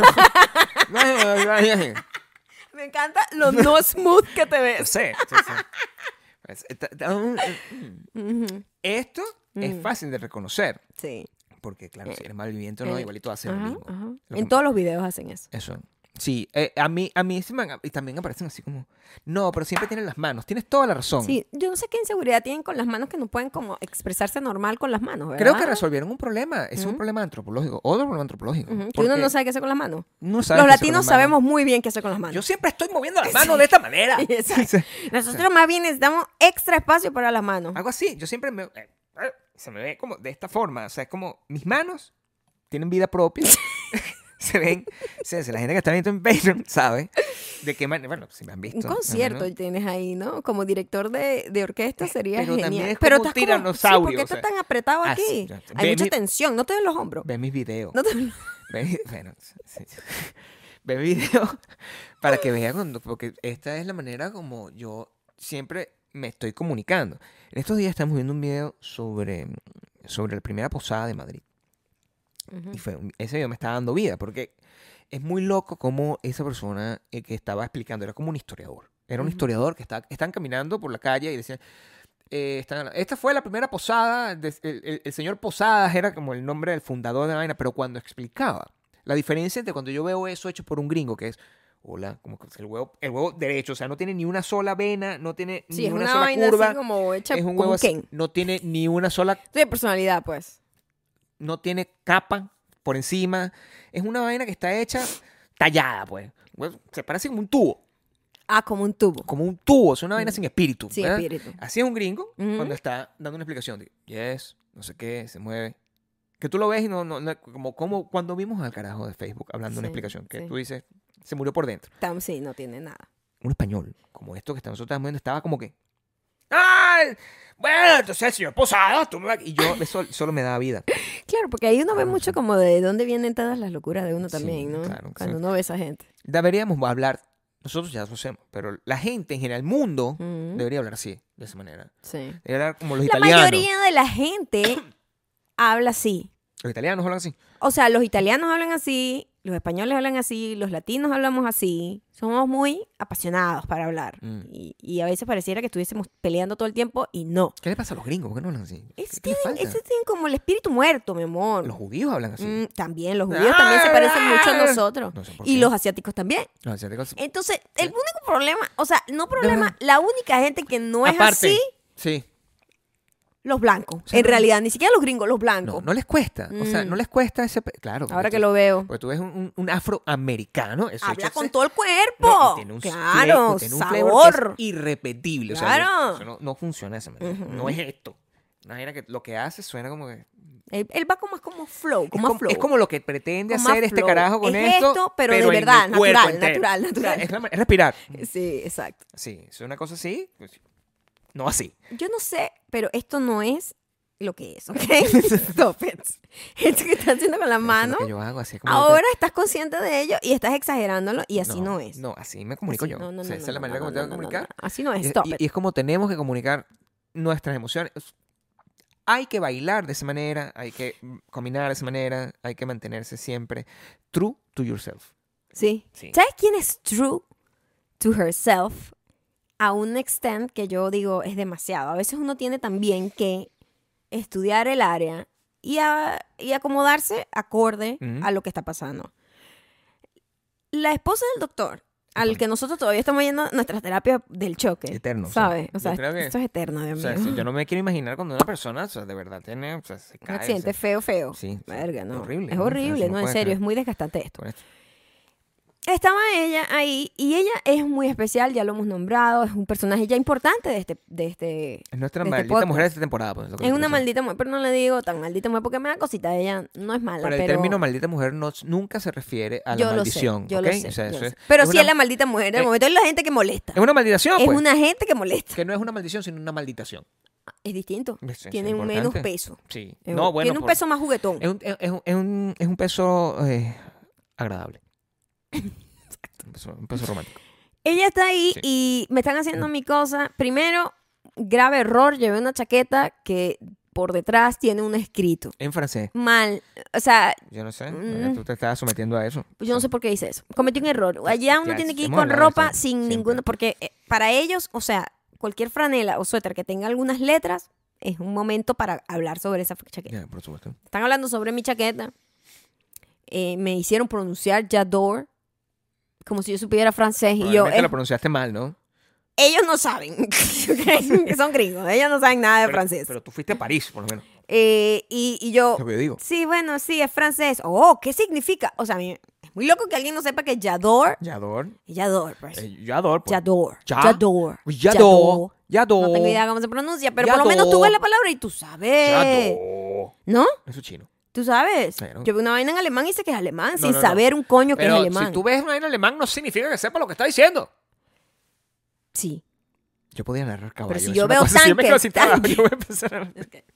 Me encanta lo no smooth que te ves. Sí, sí, sí. Pues, eh, ta- ta- um, mm. Ujú. Esto es Mm. fácil de reconocer. Sí. Porque, claro, si eres malviviente o no, Eh, igualito hacen lo Ajá, mismo. ajá. Lo En que- todos los videos hacen eso. Eso. Sí, eh, a mí, a mí sí me han- y también aparecen así como, no, pero siempre tienen las manos. Tienes toda la razón. Sí, yo no sé qué inseguridad tienen con las manos que no pueden como expresarse normal con las manos, ¿verdad? Creo que resolvieron un problema. Es un Ujú. problema antropológico. Otro problema antropológico. Ujú, que porque uno no sabe qué hacer con las manos. no sabe Los qué hacer con latinos las manos. sabemos muy bien qué hacer con las manos. Yo siempre estoy moviendo las manos de esta manera. Exacto. Nosotros más bien necesitamos extra espacio para las manos. Algo así. Yo siempre me... eh, eh, se me ve como de esta forma. O sea, es como mis manos tienen vida propia. se ven... Se, se- la gente que está viendo en Patreon sabe de qué manera... Bueno, si me han visto. Un más o concierto menos. tienes ahí, ¿no? Como director de, de orquesta sería Pero también genial. es Pero como un estás como, sí, tiranosaurio, ¿por qué o estás sea. tan apretado Ah, aquí? sí, ya, Hay ve mucha mi- tensión, no te ven los hombros. Ve mis videos. No te ven- Ve, bueno, sí, sí. Ve mi video para que vean, cuando- porque esta es la manera como yo siempre me estoy comunicando. En estos días estamos viendo un video sobre, sobre la primera posada de Madrid. Ujú. Y fue, un- ese video me está dando vida, porque es muy loco como esa persona eh, que estaba explicando, era como un historiador. Era un Ujú. historiador que está, están caminando por la calle y decían, eh, están- esta fue la primera posada, de- el, el- el señor Posadas era como el nombre del fundador de la vaina, pero cuando explicaba la diferencia entre cuando yo veo eso hecho por un gringo, que es, hola, como que el huevo, el huevo derecho, o sea, no tiene ni una sola vena, no tiene Sí, ni es una, una sola vaina curva, así como hecha es un como huevo así, Ken. no tiene ni una sola, De personalidad, pues. no tiene capa por encima, es una vaina que está hecha tallada, pues. Huevo, se parece como un tubo, Ah, como un tubo. como un tubo, es una vaina sin espíritu. Sin ¿verdad? espíritu. Así es un gringo Ujú. cuando está dando una explicación de yes, no sé qué, se mueve. Que tú lo ves y no, no, no- como, como cuando vimos al carajo de Facebook hablando de una Sí, explicación, que sí. tú dices, se murió por dentro. Tam, sí, no tiene nada. Un español, como esto que está- nosotros estamos viendo, estaba como que, ¡ay! Bueno, entonces, señor Posada, tú me vas-". Y yo, eso solo me daba vida. Claro, porque ahí uno ve Ah, mucho sí. como de dónde vienen todas las locuras de uno Sí, también, ¿no? claro, Cuando sí. uno ve a esa gente. Deberíamos hablar, nosotros ya lo hacemos, pero la gente en general, el mundo, Ujú. debería hablar así, de esa manera. Sí. Debería hablar como los La italianos. mayoría de la gente habla así. Los italianos hablan así. O sea, los italianos hablan así, los españoles hablan así, los latinos hablamos así. Somos muy apasionados para hablar. Mm. Y, y a veces pareciera que estuviésemos peleando todo el tiempo y no. ¿Qué le pasa a los gringos? ¿Por qué no hablan así? Es, ¿Qué les tienen, falta? esos tienen como el espíritu muerto, mi amor. Los judíos hablan así. Mm, también, los judíos también se parecen mucho a nosotros. No sé por Y qué. los asiáticos también. Los asiáticos- Entonces, el único problema, o sea, no problema, la única gente que no es Aparte, así, sí. los blancos. O sea, en no- realidad, ni siquiera los gringos, los No, blancos. no les cuesta. O sea, Mm. no les cuesta ese... pe- Claro. porque Ahora tú- que lo veo. Porque tú ves un, un- un afroamericano. eso Habla hecho- con todo el no, cuerpo. y tiene un Claro, fle- tiene un flavor que es sabor. irrepetible. O sea, Claro. yo- eso no, no funciona de esa manera. Ujú. No es esto. Una manera que lo que hace suena como que... Él, él va como, como flow, Es como, como, a flow. es como lo que pretende Como a hacer este flow. carajo con Es esto. esto, pero de en verdad, el cuerpo natural, entero. natural, natural. Es, la- es respirar. Sí, exacto. Sí, es una cosa así. Pues, no así. Yo no sé, pero esto no es lo que es, ¿ok? Stop it. Esto que estás haciendo con la Eso es mano, lo que yo hago, así es como ahora estás consciente de ello y estás exagerándolo y así no, no, es. No, así me comunico Así- yo. no, no, O sea, no, esa es no, la manera no, como no, tengo que no, no, comunicar. no. Así no es, Y- stop y, it. y es como tenemos que comunicar nuestras emociones. Hay que bailar de esa manera, hay que mm, combinar de esa manera, hay que mantenerse siempre true to yourself. Sí. Sí. ¿Sabes quién es true to herself? A un extent que yo digo es demasiado. A veces uno tiene también que estudiar el área y, a- y acomodarse acorde Ujú. a lo que está pasando. La esposa del doctor, al Ajá. que nosotros todavía estamos yendo a nuestra terapia del choque. Eterno, o sea, ¿Sabes? O yo sea, creo que- esto es eterno, Dios O sea, mío. si yo no me quiero imaginar cuando una persona, o sea, de verdad tiene, o sea, se Un cae. accidente o sea, feo, feo. Sí, sí. Verga, no. Horrible, Es ¿no? O sea, horrible, eso no no, en puede serio, ser. es muy desgastante esto. con esto. Estaba ella ahí y ella es muy especial, ya lo hemos nombrado, es un personaje ya importante de este, de este Es nuestra de este maldita podcast. mujer de esta temporada. Pues, lo que Es yo una quiero decir. maldita mujer, pero no le digo tan maldita mujer porque me da cosita. Ella no es mala, Pero pero... el término maldita mujer no, nunca se refiere a la yo lo maldición. sé, yo ¿ok? lo sé. O sea, yo eso lo es, sé. Pero es sí una, es la maldita mujer del eh, momento. Es la gente que molesta. es una maldición, Es pues. una gente que molesta. Que no es una maldición, sino una malditación. Es distinto. Es- es Tiene un importante. menos peso. Sí. Es No, un- bueno. Tiene un por- peso más juguetón. Es un, es, es un, es un, es un peso eh, agradable. un, peso, un peso romántico. Ella está ahí Sí. y me están haciendo mi cosa. Primero, grave error, llevé una chaqueta que por detrás tiene un escrito. En francés. Mal. O sea, Yo no sé. Mm. Tú te estás sometiendo a eso. yo no sé por qué hice eso. Cometí un error. Allá uno Ya, tiene que ir hemos con hablado de ropa eso sin siempre. ninguna... Porque eh, para ellos, o sea, cualquier franela o suéter que tenga algunas letras es un momento para hablar sobre esa chaqueta. Ya, por supuesto. Están hablando sobre mi chaqueta. Eh, me hicieron pronunciar J'adore como si yo supiera francés. Y yo, Probablemente eh, lo pronunciaste mal, ¿no? ellos no saben. ¿Ok? Son gringos. Ellos no saben nada de Pero, francés. pero tú fuiste a París, por lo menos. Eh, y, y yo, Lo que yo digo. sí, bueno, sí, es francés. Oh, ¿qué significa? O sea, a mí es muy loco que alguien no sepa que J'adore, Yador. J'adore, pues. Eh, Yador. pues. J'adore, Ya. J'adore, Yador. Yador. No tengo idea cómo se pronuncia, pero por lo J'adore. menos tú ves la palabra y tú sabes. Yador. ¿No? Eso es chino. Tú sabes. Claro. Yo veo una vaina en alemán y sé que es alemán, No, sin no, no. saber un coño que Pero es alemán. si tú ves una en alemán, no significa que sepa lo que está diciendo. Sí. Yo podía narrar caballo. si es yo una veo cosa, si yo me tanque, quedo sin trabajo, tanque. yo voy a empezar a...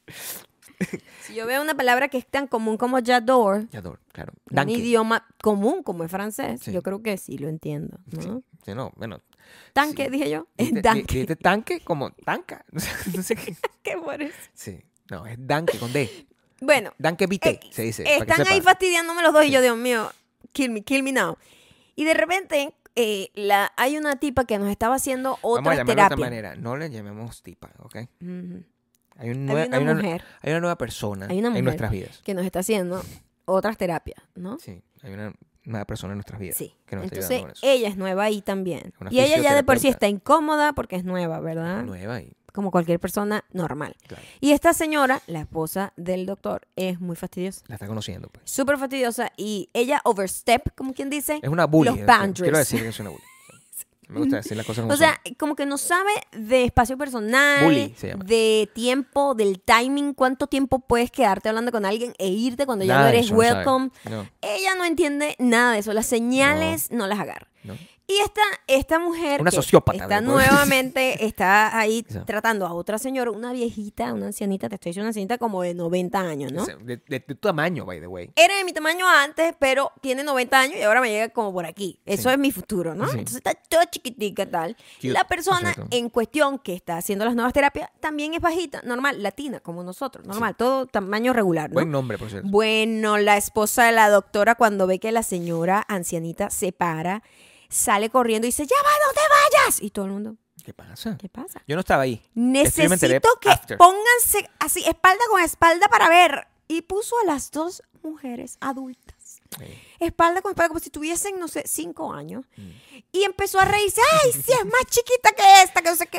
Si yo veo una palabra que es tan común como J'adore, Yador, claro. un Danke. idioma común como es francés, Sí. yo creo que sí lo entiendo, ¿no? Sí, sí, no, bueno. Tanque, Sí. dije yo. Dijiste- Danke. dijiste tanque como tanca. O sea, no sé qué. ¿Qué por eso? Sí. No, es danke con D. Bueno, Danke vite, X. se dice. para que están ahí sepa. fastidiándome los dos y Sí. yo, Dios mío, kill me, kill me now. Y de repente eh, la, hay una tipa que nos estaba haciendo Vamos a otras llamarlo de otra terapias. manera. No le llamemos tipa, ¿ok? Ujú. Hay, un Hay nue- una hay, una, mujer hay una nueva persona Hay una mujer. en nuestras vidas. que nos está haciendo otras terapias, ¿no? Sí, hay una nueva persona en nuestras vidas. Sí. Que nos está Entonces, ayudando con eso. ella es nueva ahí también. Una Y ella ya de por sí fisioterapeuta. está incómoda porque es nueva, ¿verdad? Nueva y Como cualquier persona normal. claro, Y esta señora, la esposa del doctor, es muy fastidiosa. la está conociendo, pues. Súper fastidiosa. Y ella overstep, como quien dice. Es una bully. Los eh, boundaries. Quiero decir que es una bully. Me gusta decir las cosas como O sea, como que no sabe de espacio personal, Bully, se llama. de tiempo, del timing, cuánto tiempo puedes quedarte hablando con alguien e irte cuando ya Nada no de eres eso no sabe. welcome. No, Ella no entiende nada de eso. Las señales no, las agarra. no. Y esta, esta mujer Una que sociópata, está ¿me puedes nuevamente, está ahí Eso. tratando a otra señora, una viejita, una ancianita, te estoy diciendo una ancianita como de noventa años, ¿no? Ese- De, de- de tu tamaño, by the way. Era de mi tamaño antes, pero tiene noventa años y ahora me llega como por aquí. Eso Sí. es mi futuro, ¿no? Sí. Entonces está toda chiquitica tal. Cute, La persona exacto. en cuestión que está haciendo las nuevas terapias también es bajita, normal, latina, como nosotros, normal, todo tamaño regular, ¿no? Buen nombre, por cierto. Bueno, la esposa de la doctora cuando ve que la señora ancianita se para, sale corriendo y dice, ya va, no te vayas. Y todo el mundo, ¿Qué pasa? ¿qué pasa? Yo no estaba ahí. Esto yo me enteré Necesito que after. pónganse así, espalda con espalda para ver. Y puso a las dos mujeres adultas, Sí. espalda con espalda, como si tuviesen, no sé, cinco años. Mm. Y empezó a reírse, ay, sí, es más chiquita que esta, que no sé qué.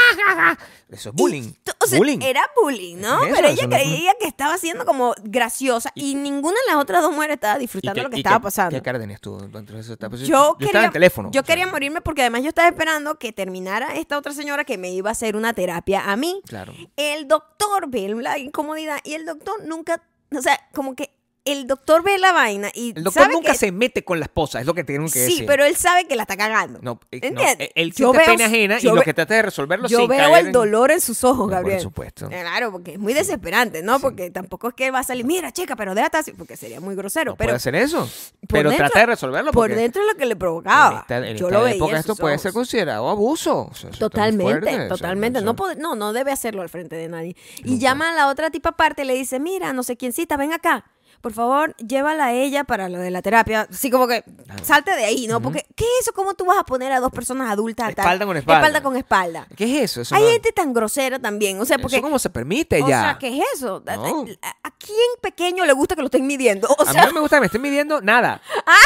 Eso es bullying. Y, o sea, bullying. era bullying, ¿no? Es eso, Pero eso ella no es- creía que estaba siendo como graciosa y, ninguna de las otras dos mujeres estaba ¿Y disfrutando qué- lo que y estaba qué- pasando. ¿Qué cara tenías tú? Entonces, estaba- pues, Yo, yo quería, estaba en el teléfono. yo o sea, quería morirme porque además yo estaba esperando que terminara esta otra señora que me iba a hacer una terapia a mí. Claro. El doctor ve la incomodidad y el doctor nunca o sea, como que el doctor ve la vaina y El doctor sabe nunca que, se mete con la esposa, es lo que tengo que sí, decir. pero él sabe que la está cagando. No, eh, no, ¿Entiendes? él Yo siente veo- pena ajena y yo lo ve- que trata de resolverlo Yo sin veo caer el en- dolor en sus ojos, No, Gabriel. por supuesto. Claro, porque es muy desesperante, ¿no? Sí. Porque tampoco es que él va a salir, mira, chica, pero déjate así, porque sería muy grosero. No pero puede hacer eso. por Pero dentro- trata de resolverlo por porque dentro es lo que le en provocaba. esta, en Yo esta lo veía época en esto sus puede ojos. ser considerado abuso. O sea, eso está muy Totalmente, fuerte, o sea, totalmente. eso- No, pod- no, no debe hacerlo al frente de nadie. Y Nunca. llama a la otra tipa aparte y le dice, mira, no sé quiéncita, ven acá. Por favor, llévala a ella para lo de la terapia. Así como que salte de ahí, ¿no? Porque, ¿qué es eso? ¿Cómo tú vas a poner a dos personas adultas? a tal- Espalda con espalda. Espalda con espalda. ¿Qué es eso? Eso Hay no- gente tan grosera también. O sea, porque... ¿Eso cómo se permite o ya? sea, ¿qué es eso? ¿A, No. a- a quién pequeño le gusta que lo estén midiendo? O A sea, mí no me gusta que me estén midiendo nada.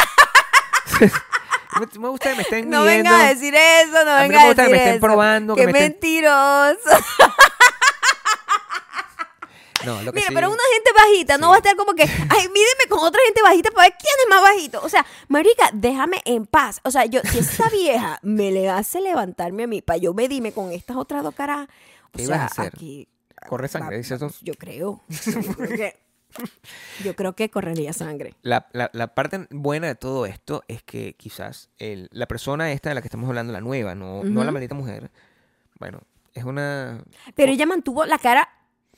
No me gusta que me estén no midiendo. venga a decir eso, no A mí no venga me a gusta que decir me estén eso. probando, que Qué me estén- mentiroso. No, lo que Mira, sí- pero una gente bajita no Sí. va a estar como que, ay, mídeme con otra gente bajita para ver quién es más bajito. O sea, marica, déjame en paz. O sea, yo, si esa vieja me le hace levantarme a mí para yo medirme con estas otras dos caras, o ¿Qué sea, ibas a hacer? aquí... Corre sangre, va- dices tú. va- Yo creo. Yo creo que, yo creo que correría sangre. La, la- la parte buena de todo esto es que quizás el- la persona esta de la que estamos hablando, la nueva, no, no Ujú. la maldita mujer, bueno, es una... Pero ella mantuvo la cara.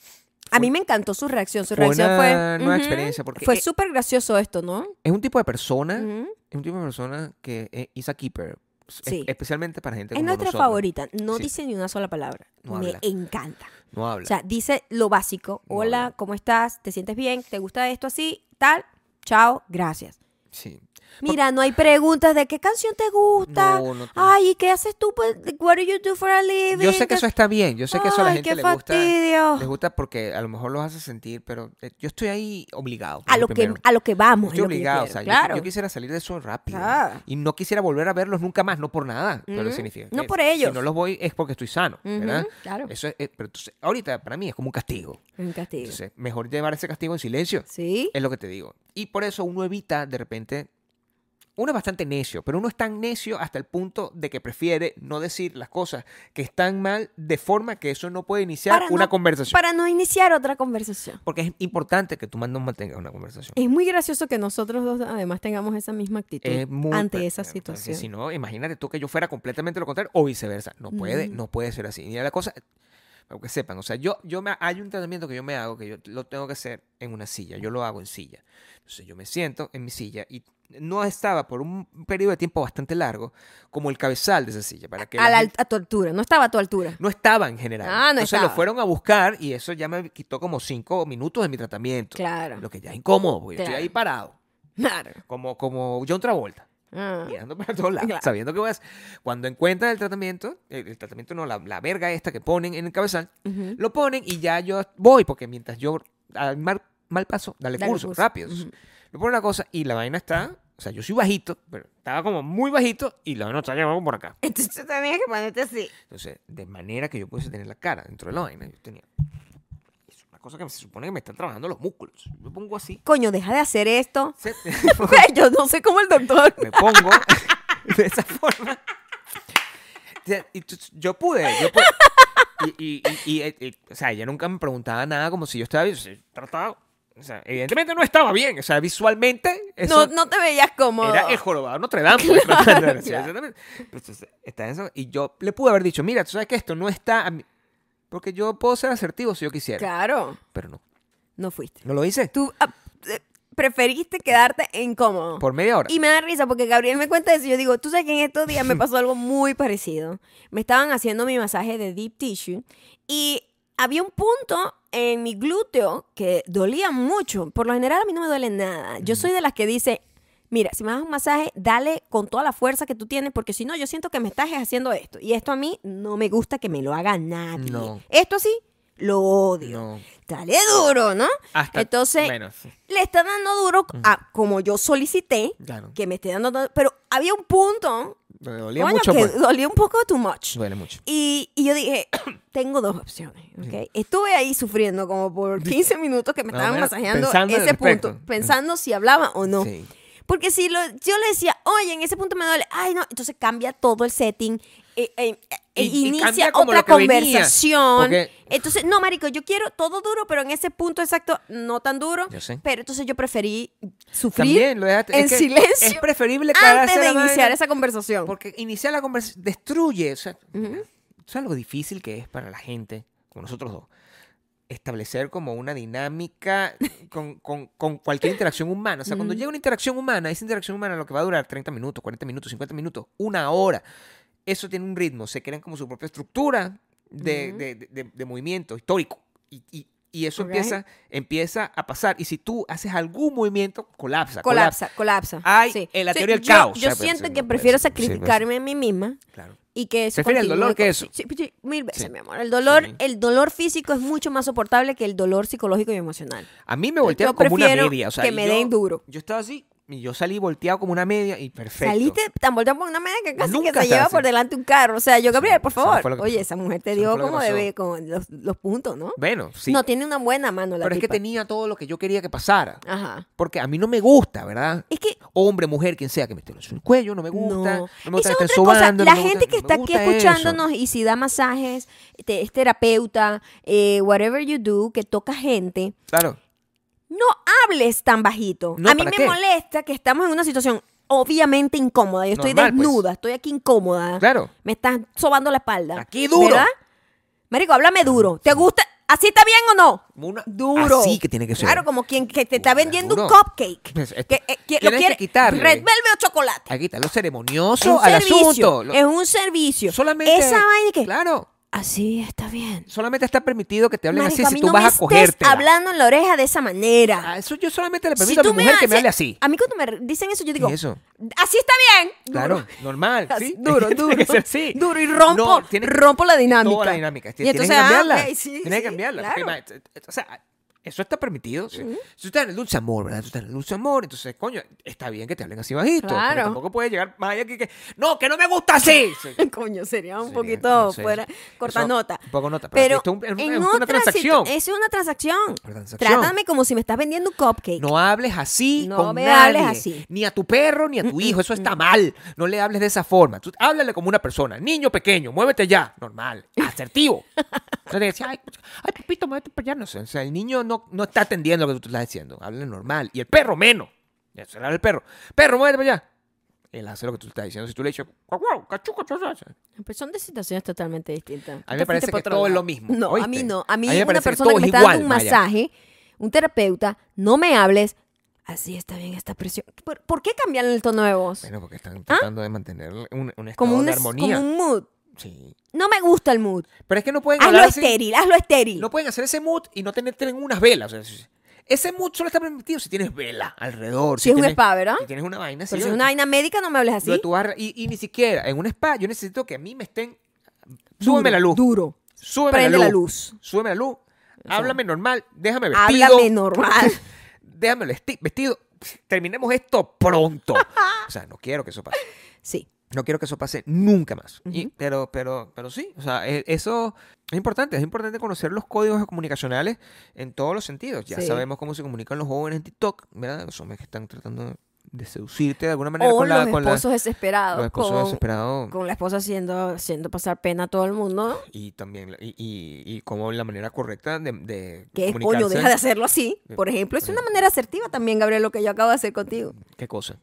A mí me encantó su reacción. Su fue reacción una fue. nueva ujú, experiencia, porque Fue e- súper gracioso esto, ¿no? Es un tipo de persona, Ujú. es un tipo de persona que es is a keeper, es- Sí. especialmente para gente Es como nuestra nosotros. favorita. No Sí. dice ni una sola palabra. No me habla. encanta. No habla. O sea, dice lo básico. No Hola, habla. ¿cómo estás? ¿Te sientes bien? ¿Te gusta esto así? Tal. Chao, gracias. sí. Mira, no hay preguntas de qué canción te gusta. No, no te- Ay, ¿y qué haces tú? Pues, what do you do for a living? Yo sé que eso está bien, yo sé que eso a la Ay, gente qué le gusta, fastidio. les gusta porque a lo mejor los hace sentir, pero eh, yo estoy ahí obligado. A lo, que, primero. a lo que vamos. es Estoy lo que yo obligado, o quiero, sea, yo- claro. yo, quisiera salir de eso rápido. Claro. Y no quisiera volver a verlos nunca más, no por nada. Pero Ujú. significa No que por ellos. Si no los voy es porque estoy sano, Ujú, ¿verdad? claro. Eso es, eh, pero entonces, ahorita para mí es como un castigo. Un castigo. Entonces, mejor llevar ese castigo en silencio. Sí. Es lo que te digo. Y por eso uno evita de repente. Uno es bastante necio, pero uno es tan necio hasta el punto de que prefiere no decir las cosas que están mal de forma que eso no puede iniciar Para una no- conversación. Para no iniciar otra conversación. Porque es importante que tú no mantengas una conversación. Es muy gracioso que nosotros dos además tengamos esa misma actitud Es muy- ante pero- esa porque situación. Si no, imagínate tú que yo fuera completamente lo contrario o viceversa. No puede, Mm. no puede ser así. Y la cosa, para que sepan, o sea, yo, yo me, hay un tratamiento que yo me hago que yo lo tengo que hacer en una silla. Yo lo hago en silla. Entonces yo me siento en mi silla y no estaba por un periodo de tiempo bastante largo como el cabezal de esa silla. Para que a, la la gente- al- a tu altura, no estaba a tu altura. no estaba en general. Ah, no Entonces estaba. lo fueron a buscar y eso ya me quitó como cinco minutos de mi tratamiento. Claro. Lo que ya es incómodo, porque yo Claro. estoy ahí parado. Claro. Como, como John Travolta. Ah. Mirando para todos lados, Claro. sabiendo que voy a hacer. Cuando encuentran el tratamiento, el, el tratamiento no, la, la verga esta que ponen en el cabezal, Ujú. lo ponen y ya yo voy, porque mientras yo al mal, mal paso, dale, Dale curso, curso. rápido. Ujú. Le ponen la cosa y la vaina está, o sea, yo soy bajito, pero estaba como muy bajito y la vaina está llegando por acá. Entonces tú tenías que ponerte así. Entonces, de manera que yo pudiese tener la cara dentro de la vaina, yo tenía. Es una cosa que se supone que me están trabajando los músculos. Yo me pongo así. Coño, deja de hacer esto. se- Yo no sé cómo el doctor. me pongo de esa forma. O sea, y tú- yo pude, yo pude. Y, y, y, y, eh, eh, o sea, ella nunca me preguntaba nada como si yo estaba bien. O sea, trataba, o sea, evidentemente no estaba bien. O sea, visualmente, eso No, no te veías cómodo. era el jorobado Notre Dame. pues, tratando de decir, claro. exactamente. Pues, entonces, está eso, y yo le pude haber dicho, mira, tú sabes que esto no está a mí. Porque yo puedo ser asertivo si yo quisiera. Claro. Pero no. No fuiste. No lo hice. Tú ah, eh, preferiste quedarte incómodo. Por media hora. Y me da risa porque Gabriel me cuenta eso y yo digo, tú sabes que en estos días me pasó algo muy parecido. Me estaban haciendo mi masaje de deep tissue y había un punto en mi glúteo que dolía mucho. Por lo general a mí no me duele nada. Yo soy de las que dice, mira, si me das un masaje, dale con toda la fuerza que tú tienes porque si no yo siento que me estás haciendo esto. Y esto a mí no me gusta que me lo haga nadie. No. Esto así, lo odio. No. Dale duro, ¿no? Hasta Entonces, menos. sí. le está dando duro a como yo solicité Claro. que me esté dando duro, pero había un punto Me dolía coño, mucho, que pues. dolía un poco too much. Duele mucho. Y, y yo dije, tengo dos opciones, ¿ok? Estuve ahí sufriendo como por quince minutos que me Más o estaban menos masajeando pensando al ese respecto. punto, pensando si hablaba o no. Sí. Porque si lo, yo le decía, oye, en ese punto me duele, ay no, entonces cambia todo el setting eh, eh, Y- y inicia cambia como otra lo que venía, conversación. porque- Entonces, no, marico, yo quiero todo duro, pero en ese punto exacto no tan duro. Yo sé. Pero entonces yo preferí sufrir También lo dejaste- en es que silencio Es preferible antes aclararse de la iniciar vaina, esa conversación. porque iniciar la conversación destruye. O sea, ¿sabes lo difícil que es para la gente, como nosotros dos, establecer como una dinámica con, con- con cualquier interacción humana? O sea, cuando llega una interacción humana, esa interacción humana lo que va a durar treinta minutos, cuarenta minutos, cincuenta minutos, una hora. Eso tiene un ritmo, se crean como su propia estructura de, de, de- de- de movimiento histórico. Y, y- y eso Ok. empieza, empieza a pasar. Y si tú haces algún movimiento, colapsa. colapsa. Colapsa, colapsa. Hay Sí. en la Sí, teoría del yo- caos. Yo O sea, pues, siento sí, que no, prefiero pues, sí, pues. sacrificarme a mí misma Claro. y que eso Prefiere el continúe dolor que con- eso. Sí, sí, mil veces, Sí. mi amor. El dolor, Sí. el dolor físico es mucho más soportable que el dolor psicológico y emocional. A mí me voltearon Yo como una prefiero media. O sea, que me yo- den duro. Yo estaba así y yo salí volteado como una media y perfecto. Saliste tan volteado por una media que casi Nunca que se estaba lleva así. por delante un carro. O sea, yo, Gabriel, por eso fue favor. lo que Oye, pasó. esa mujer te Eso dio fue lo que como pasó. debe con los, los puntos, ¿no? Bueno, sí. No, tiene una buena mano la pero es que tipa. tenía todo lo que yo quería que pasara. Ajá. Porque a mí no me gusta, ¿verdad? Es que Hombre, mujer, quien sea, que me esté en el cuello, no me gusta. no, No, me esa gusta es que otra estén cosa. sobando. La no me gente gusta- que no me está aquí gusta eso. escuchándonos y si da masajes, te- es terapeuta, eh, whatever you do, que toca gente, Claro. no hables tan bajito. No, a mí ¿para me qué? molesta que estamos en una situación obviamente incómoda. Yo estoy Normal, pues. desnuda, estoy aquí incómoda. Claro. Me estás sobando la espalda. Aquí duro. ¿Verdad? Marico, háblame duro. ¿Te gusta? ¿Así está bien o no? Una- Duro. Así que tiene que ser. Claro, como quien que te está Duro, vendiendo un duro. cupcake. Pues, esto- Que, eh, que- lo tienes que quiere quitarle. red velvet o chocolate. Aquí está lo Es ceremonioso un al servicio. asunto. Lo- Es un servicio. solamente. Esa vaina que Claro. así está bien. Solamente está permitido que te hablen Marico, así a si mí tú no vas me a cogerte. estés hablando en la oreja de esa manera. Ah, eso yo solamente le Si permito a mi tú me mujer que me haces- hable así. A mí cuando me dicen eso, yo digo, ¿Y eso? así está bien. Duro. Claro, normal. Así, ¿sí? duro, Tiene duro. que ser así. Duro y rompo, No, tiene- rompo la dinámica. Toda la dinámica. Y Tienes entonces, que ah, cambiarla. ok, sí, Tienes que sí, cambiarla. claro. Porque, ma- o sea, eso está permitido. ¿sí? Si tú estás en el dulce amor, ¿verdad? Tú estás en el dulce amor, entonces, coño, está bien que te hablen así bajito. Claro. Pero tampoco puede llegar más allá que, que no, que no me gusta así. Sí. Coño, sería un Sería, poquito no sé, fuera, eso- corta eso- nota. un poco nota, pero Pero esto es un- es una- en es una otra transacción. situ- Es una transacción. Una transacción. Trátame como si me estás vendiendo un cupcake. No hables así No con me nadie, hables así. ni a tu perro ni a tu hijo, eso está mal. No le hables de esa forma. Tú háblale como una persona, niño pequeño, muévete ya, normal, asertivo. No te decía, ay, ay, papito, muévete para allá, no sé. O sea, el niño no, no está atendiendo lo que tú estás diciendo. Háblale normal. Y el perro menos. Ya se le habla el perro. Perro, muévete para allá. Él hace lo que tú estás diciendo. Si tú le dices, guau, guau, cachu, cachu, cachu. Pues son de situaciones totalmente distintas. A mí Te me parece fuiste por que otro todo es lado. lo mismo, No, a ¿oíste? mí no. A mí, A mí me una parece que persona que, todo me es está igual, dando un Maya. masaje, un terapeuta, no me hables. Así está bien esta presión. ¿Por, por qué cambian el tono de voz? Bueno, porque están tratando de mantener un, un estado como, un, de es- armonía. como un mood. Sí. No me gusta el mood. Pero es que no pueden Hazlo hablar así. estéril, hazlo estéril. No pueden hacer ese mood y no tener, tener unas velas. O sea, ese mood solo está permitido si tienes vela alrededor. Si es un tienes, spa, ¿verdad? Si tienes una vaina así. Pero si es ¿no? una vaina médica, no me hables así. Lo de tu barra- y, y ni siquiera en un spa yo necesito que a mí me estén... Duro, Súbeme la luz. Duro. Súbeme Prende la la luz. luz. Súbeme la luz. Háblame normal. Déjame vestido. Háblame normal. Déjame vesti- vestido. Terminemos esto pronto. O sea, no quiero que eso pase. Sí. No quiero que eso pase nunca más. Y- Ujú. pero, pero, pero sí, o sea, e- eso es importante. Es importante conocer los códigos comunicacionales en todos los sentidos. Ya Sí. sabemos cómo se comunican los jóvenes en TikTok, ¿verdad? Los hombres que están tratando de seducirte de alguna manera O con la, los con la- esposos desesperados. los esposos con, desesperados. con la esposa haciendo, haciendo pasar pena a todo el mundo. Y también, y, y, y como la manera correcta de, de ¿Qué coño? comunicarse. Deja de hacerlo así. Eh, Por ejemplo, es por una ejemplo. manera asertiva también, Gabriel, lo que yo acabo de hacer contigo. ¿Qué cosa?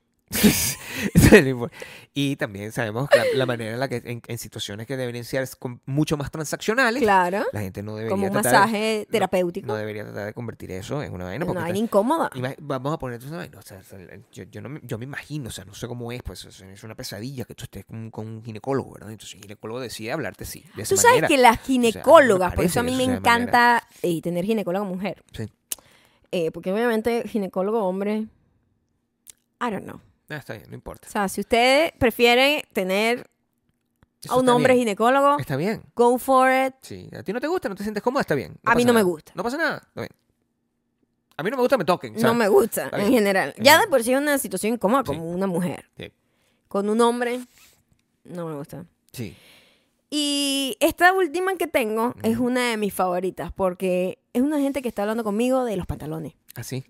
Y también sabemos la, la manera en la que en, en situaciones que deberían ser con- mucho más transaccionales, Claro. la gente no debería Como un tratar de- masaje no- terapéutico. No, debería tratar de convertir eso en una vaina. Una Porque vaina te- incómoda. ima- vamos a poner una vaina. O sea, o sea, yo, yo, no me, yo me imagino, o sea, no sé cómo es, pues o sea, es una pesadilla que tú estés con, con un ginecólogo, ¿verdad? Entonces el ginecólogo decide hablarte así, de esa Tú sabes manera. que las O sea, ginecólogas, no me por eso a mí parece me que eso sea de encanta eh, tener ginecóloga mujer. Sí. Eh, porque obviamente ginecólogo hombre, I don't know. Ah, está bien, no importa. O sea, si ustedes prefieren tener Eso a un está hombre bien. ginecólogo, Está bien. go for it. Sí. A ti no te gusta, no te sientes cómoda, está bien. A mí pasa no me nada. gusta. No pasa nada, está bien. A mí no me gusta que me toquen. o sea, No me gusta, está en bien. general. Está Ya bien. de por sí es una situación incómoda Sí. como una mujer. Sí. Con un hombre, no me gusta. Sí. Y esta última que tengo es una de mis favoritas porque es una gente que está hablando conmigo de los pantalones. Así.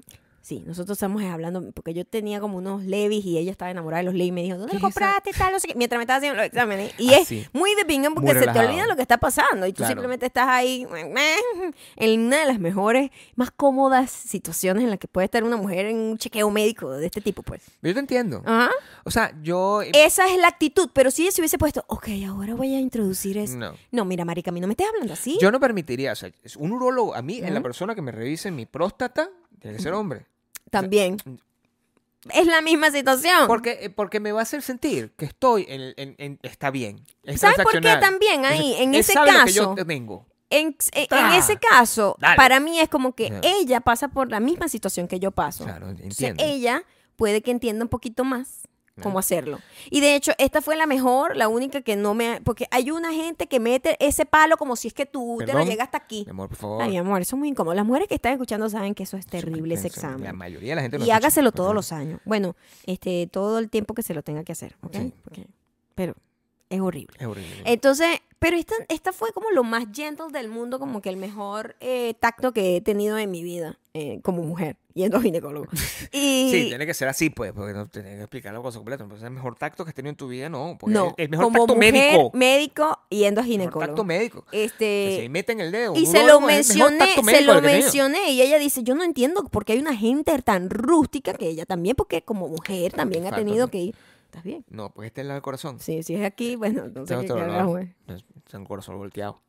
Sí, nosotros estamos hablando, porque yo tenía como unos Levis y ella estaba enamorada de los Levis y me dijo, ¿dónde ¿Qué los es esa? compraste? Tal, no sé qué, mientras me estaba haciendo los exámenes. Y Así. es muy de pinga porque Muy se te relajado. olvida lo que está pasando y tú Claro. simplemente estás ahí en una de las mejores, más cómodas situaciones en las que puede estar una mujer en un chequeo médico de este tipo, pues. Yo te entiendo. Ajá. O sea, yo... Esa es la actitud, pero si ella se hubiese puesto, ok, ahora voy a introducir eso. No. No, mira, marica, a mí no me estés hablando así. Yo no permitiría, o sea, es un urólogo, a mí, en la Ujú. persona que me revise mi próstata, tiene que ser hombre. También. Es la misma situación. Porque, eh, porque me va a hacer sentir que estoy en... en- en- está bien. Es ¿Sabes por qué transaccional. también ahí, en Él ese sabe lo que caso? yo tengo. En, en- en Ah, ese caso, dale. para mí es como que Ya. ella pasa por la misma situación que yo paso. Claro, Entonces, entiende. ella puede que entienda un poquito más Ya. cómo hacerlo. Y de hecho, esta fue la mejor, la única que no me... Porque hay una gente que mete ese palo como si es que tu útero Perdón, llega hasta aquí. Mi amor, por favor. Ay, mi amor, eso es muy incómodo. Las mujeres que están escuchando saben que eso es terrible, ese Eso, La examen. mayoría de la gente no Y escucha, hágaselo por todos favor. los años. Bueno, este, todo el tiempo que se lo tenga que hacer, ¿ok? Sí. Porque- pero es horrible. Es horrible. Entonces, pero esta, esta fue como lo más gentle del mundo, como que el mejor eh, tacto que he tenido en mi vida eh, como mujer, yendo a ginecólogo. Y Sí, tiene que ser así, pues, porque no tienes que explicar la cosa completa. Entonces, el mejor tacto que has tenido en tu vida, no. Porque no, es el mejor como tacto mujer, médico. médico yendo a El mejor ginecólogo. tacto médico. Que Este, se ahí meten el dedo. y un se lo urólogo es el mejor mencioné, tacto se médico lo que he tenido. mencioné y ella dice, yo no entiendo por qué hay una gente tan rústica que ella también, porque como mujer también ha Falta, tenido ¿no? que ir. ¿Estás bien? No, pues este es el lado del corazón. Sí, si es aquí, bueno, entonces Tengo qué otro carajo, dolor. eh. Es es un corazón volteado.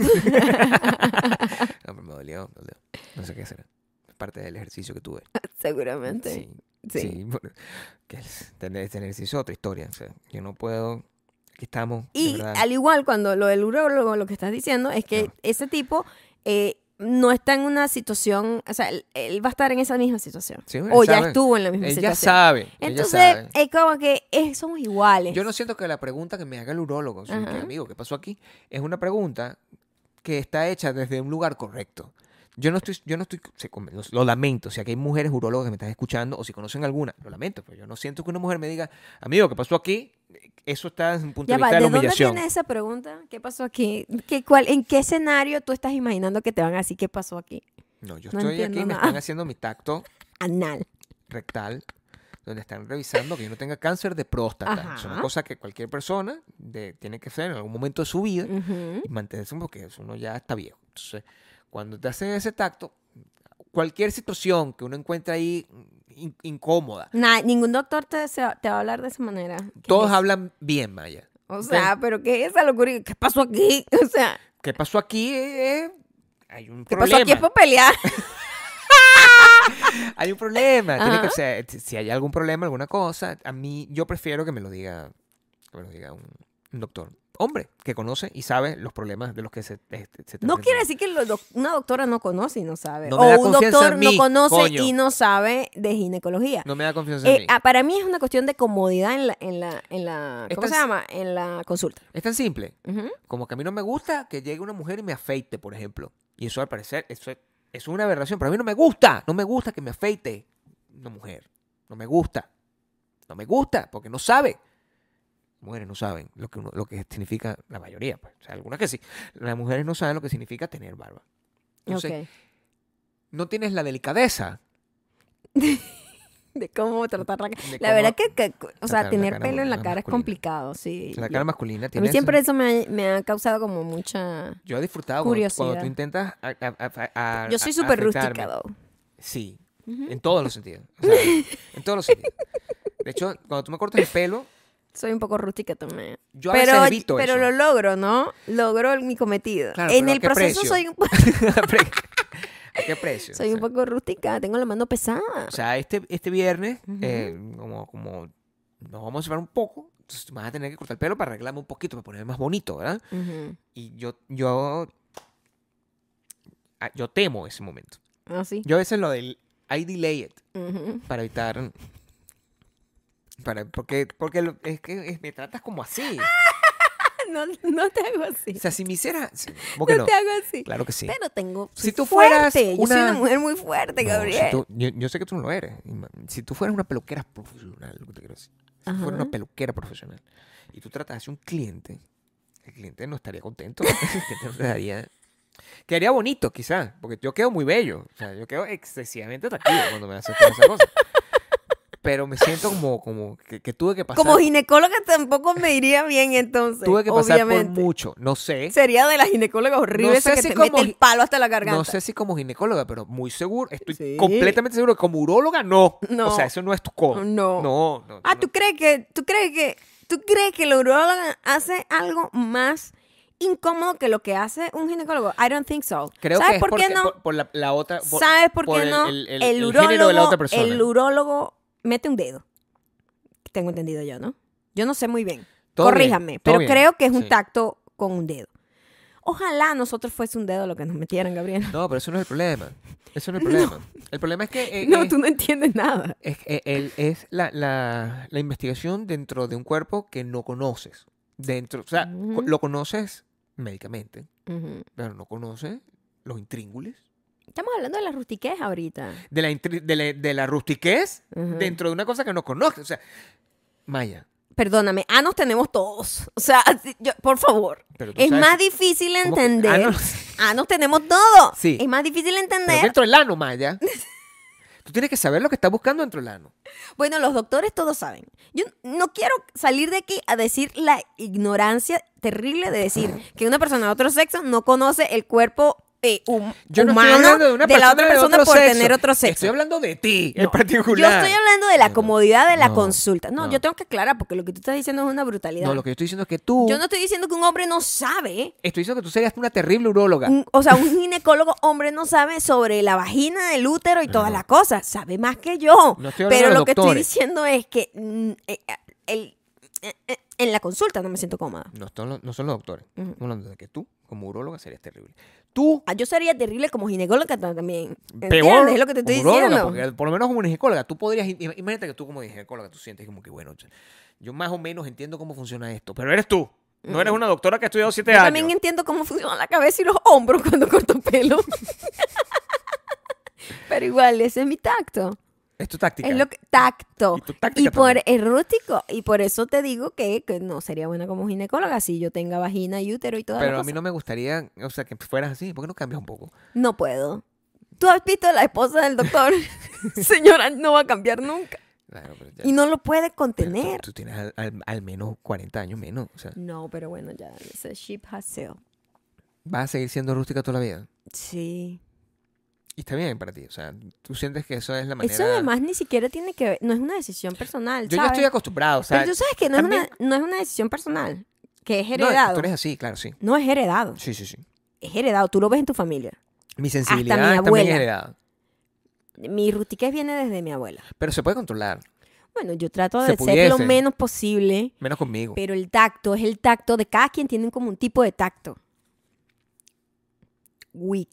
No, pero me dolió, me dolió. No sé qué hacer. Es parte del ejercicio que tuve. Seguramente. Sí. Sí. Sí. bueno, que es- tener este ejercicio es otra historia. O sea, yo no puedo. Aquí estamos. de Y verdad. al igual cuando lo del urólogo, lo que estás diciendo es que Claro. ese tipo eh, no está en una situación, o sea, él, él va a estar en esa misma situación. Sí, él o ya sabe. estuvo en la misma Ella situación. sabe. ella Entonces, sabe. es como que eh, somos iguales. Yo no siento que la pregunta que me haga el urólogo, o sea, que, Ajá. amigo, ¿qué pasó aquí? Es una pregunta que está hecha desde un lugar correcto. Yo no estoy, yo no estoy, se- lo, lo lamento, o sea, que hay mujeres urólogas que me están escuchando, o si conocen alguna, lo lamento, pero yo no siento que una mujer me diga, amigo, ¿qué pasó aquí? Eso está desde un punto Ya de va, vista ¿de de la dónde humillación. viene esa pregunta? ¿Qué pasó aquí? ¿Qué, cuál, ¿En qué escenario tú estás imaginando que te van a decir qué pasó aquí? No, yo No estoy entiendo aquí, me nada. están haciendo mi tacto Anal. rectal, donde están revisando que yo no tenga cáncer de próstata. Ajá. Es una cosa que cualquier persona de- tiene que hacer en algún momento de su vida. Ujú. Y mantenerse porque eso uno ya está viejo. Entonces, cuando te hacen ese tacto, cualquier situación que uno encuentre ahí in- incómoda, Nah, ningún doctor te, se va- te va a hablar de esa manera. ¿Qué todos es? hablan bien, Maya. O ¿ok? sea, pero ¿qué es esa locura? ¿Qué pasó aquí? O sea, ¿Qué pasó aquí? Eh, hay un ¿qué problema. pasó aquí es para pelear? Hay un problema. Tiene que Ajá. ser, si si hay algún problema, alguna cosa, a mí yo prefiero que me lo diga, que me lo diga un, un doctor. Hombre, que conoce y sabe los problemas de los que se, este, se están No quiere enfrentando. decir que lo doc- una doctora no conoce y no sabe. No me da o un confianza doctor en no mí, conoce coño. y no sabe de ginecología. No me da confianza en Eh, mí. ah, para mí es una cuestión de comodidad en la, en la, en la ¿cómo Esta se es- llama? En la consulta. Es tan simple. Ujú. Como que a mí no me gusta que llegue una mujer y me afeite, por ejemplo. Y eso al parecer, eso es, es una aberración. Pero a mí no me gusta. No me gusta que me afeite una mujer. No me gusta. No me gusta porque no sabe. Mujeres no saben lo que, uno- lo que significa la mayoría. Pues. O sea, algunas que sí. Las mujeres no saben lo que significa tener barba. Entonces, Ok. no tienes la delicadeza. De cómo tratar la de cara. La cómo verdad que, que, o sea, tratar la tener cara pelo en la más cara es masculina. complicado, sí. La Yo- cara masculina a tiene mí siempre eso. eso me, me ha causado como mucha... Yo he disfrutado cuando, cuando curiosidad. tú intentas a- a- a- a- Yo soy a- súper afeitarme. rústica, though. Sí, Ujú. en todos los sentidos. O sea, en todos los sentidos. De hecho, cuando tú me cortas el pelo, Soy un poco rústica también. yo a pero veces evito pero eso. lo logro, ¿no? Logro mi cometido. Claro, en pero ¿a el qué proceso precio? soy un, po- ¿A qué precio? soy O un sea, poco rústica, tengo la mano pesada. o sea, este, este viernes, Ujú. eh, como, como nos vamos a separar un poco, entonces me vas a tener que cortar el pelo para arreglarme un poquito, para ponerme más bonito, ¿verdad? Ujú. Y yo, yo, ah, yo temo ese momento. Ah, sí. Yo a veces lo del I delay it Ujú. para evitar... Para, porque porque lo- es que es- me tratas como así. No, no te hago así. O sea, si me hiciera... si- ¿Cómo que No no? te hago así. Claro que sí. Pero tengo. Si soy tú fueras fuerte. Yo soy una- una mujer muy fuerte, No, Gabriel. si tú- yo, yo sé que tú no lo eres. Si tú fueras una peluquera profesional, lo que te quiero decir. Si tú Ajá. fueras una peluquera profesional y tú tratas a un cliente, el cliente no estaría contento. El cliente no te daría Quedaría bonito, quizás, porque yo quedo muy bello. O sea, yo quedo excesivamente atractivo cuando me hacen todas esas cosas. Pero me siento como, como que, que tuve que pasar. Como ginecóloga tampoco me iría bien entonces. Tuve que pasar obviamente. por mucho. No sé. Sería de las ginecólogas horribles No sé que si te como mete el gi- palo hasta la garganta. No sé si como ginecóloga, pero muy seguro. Estoy Sí. completamente seguro que como uróloga, no. No. O sea, eso no es tu codo. No. No, no. Ah, no. ¿tú crees que, tú crees que, tú crees que la uróloga hace algo más incómodo que lo que hace un ginecólogo? I don't think so. Creo ¿Sabes que es por porque, qué no? por, por la, la otra. Por, ¿Sabes por por qué el- no? el- el- el el urólogo, género de la otra persona. el urólogo mete un dedo. Tengo entendido yo, ¿no? Yo no sé muy bien. Todo Corríjame, bien, todo pero bien. creo que es un Sí. tacto con un dedo. Ojalá nosotros fuese un dedo lo que nos metieran, Gabriel. No, pero eso no es el problema. Eso no es el problema. El problema es que. eh, No, eh, tú no entiendes nada. Es, eh, el- es la, la, la investigación dentro de un cuerpo que no conoces. Dentro, o sea, Ujú. co- lo conoces médicamente, Ujú. pero no conoces los intríngulis. Estamos hablando de la rustiquez ahorita. De la, intri- de la, de la rustiquez Ujú. dentro de una cosa que no conoces. O sea, Maya, Perdóname, anos tenemos todos. O sea, así- yo- por favor. pero tú Es sabes- más difícil ¿cómo que entender. anos? Anos tenemos todos. Sí. Es más difícil Pero entender. dentro del ano, Maya. Tú tienes que saber lo que estás buscando dentro del ano. Bueno, los doctores todos saben. Yo no quiero salir de aquí a decir la ignorancia terrible de decir que una persona de otro sexo no conoce el cuerpo eh, hum- Yo no humano estoy hablando de una la persona otra de persona otro por sexo. tener otro sexo. Estoy hablando de ti en No, particular. Yo estoy hablando de la No, comodidad de la no, consulta. No, no. yo tengo que aclarar porque lo que tú estás diciendo es una brutalidad. No, lo que yo estoy diciendo es que tú... Yo no estoy diciendo que un hombre no sabe. Estoy diciendo que tú serías una terrible uróloga. Un- o sea, un ginecólogo hombre no sabe sobre la vagina, el útero y todas No. las cosas. Sabe más que yo. No estoy hablando Pero de lo los que estoy doctores. diciendo es que mm, eh, el- eh, eh, en la consulta no me siento cómoda. No son los, no son los doctores. Ujú. Estamos hablando de que tú, como uróloga, serías terrible. Tú, Ah, yo sería terrible como ginecóloga también. peor, ¿Entiendes? Es lo que te estoy como uróloga, diciendo. porque por lo menos como una ginecóloga, tú podrías... im- Imagínate que tú como ginecóloga, tú sientes como que, bueno, yo más o menos entiendo cómo funciona esto, pero eres tú. No eres una doctora que ha estudiado siete Yo años. también entiendo cómo funciona la cabeza y los hombros cuando corto pelo. Pero igual, ese es mi tacto. Es tu táctica. Es lo que, tacto. Y tu táctica Y por también. es rústico. Y por eso te digo que, que no sería buena como ginecóloga si yo tenga vagina y útero y toda Pero la a cosa. mí no me gustaría, o sea, que fueras así. ¿Por qué no cambias un poco? No puedo. ¿Tú has visto a la esposa del doctor? Señora, no va a cambiar nunca. Claro, pero ya- Y no lo puede pero contener. Tú, tú tienes al, al- al menos cuarenta años menos. O sea, No, pero bueno, ya. Ese ship has sailed. vas a seguir siendo rústica toda la vida. Sí. Y está bien para ti. O sea, tú sientes que eso es la manera... Eso además ni siquiera tiene que ver. No es una decisión personal. Yo ya ¿sabes? estoy acostumbrado. O sea, Pero tú sabes que no es, también- una, no es una decisión personal. Que es No, heredado. tú eres así, claro, sí. No es heredado. Sí, sí, sí. Es heredado. Tú lo ves en tu familia. Mi sensibilidad mi también abuela. es heredada. Mi rutiquez viene desde mi abuela. Pero se puede controlar. Bueno, yo trato Se de ser lo pudiese. menos posible, Menos conmigo. pero el tacto es el tacto de cada quien tiene como un tipo de tacto. Weak.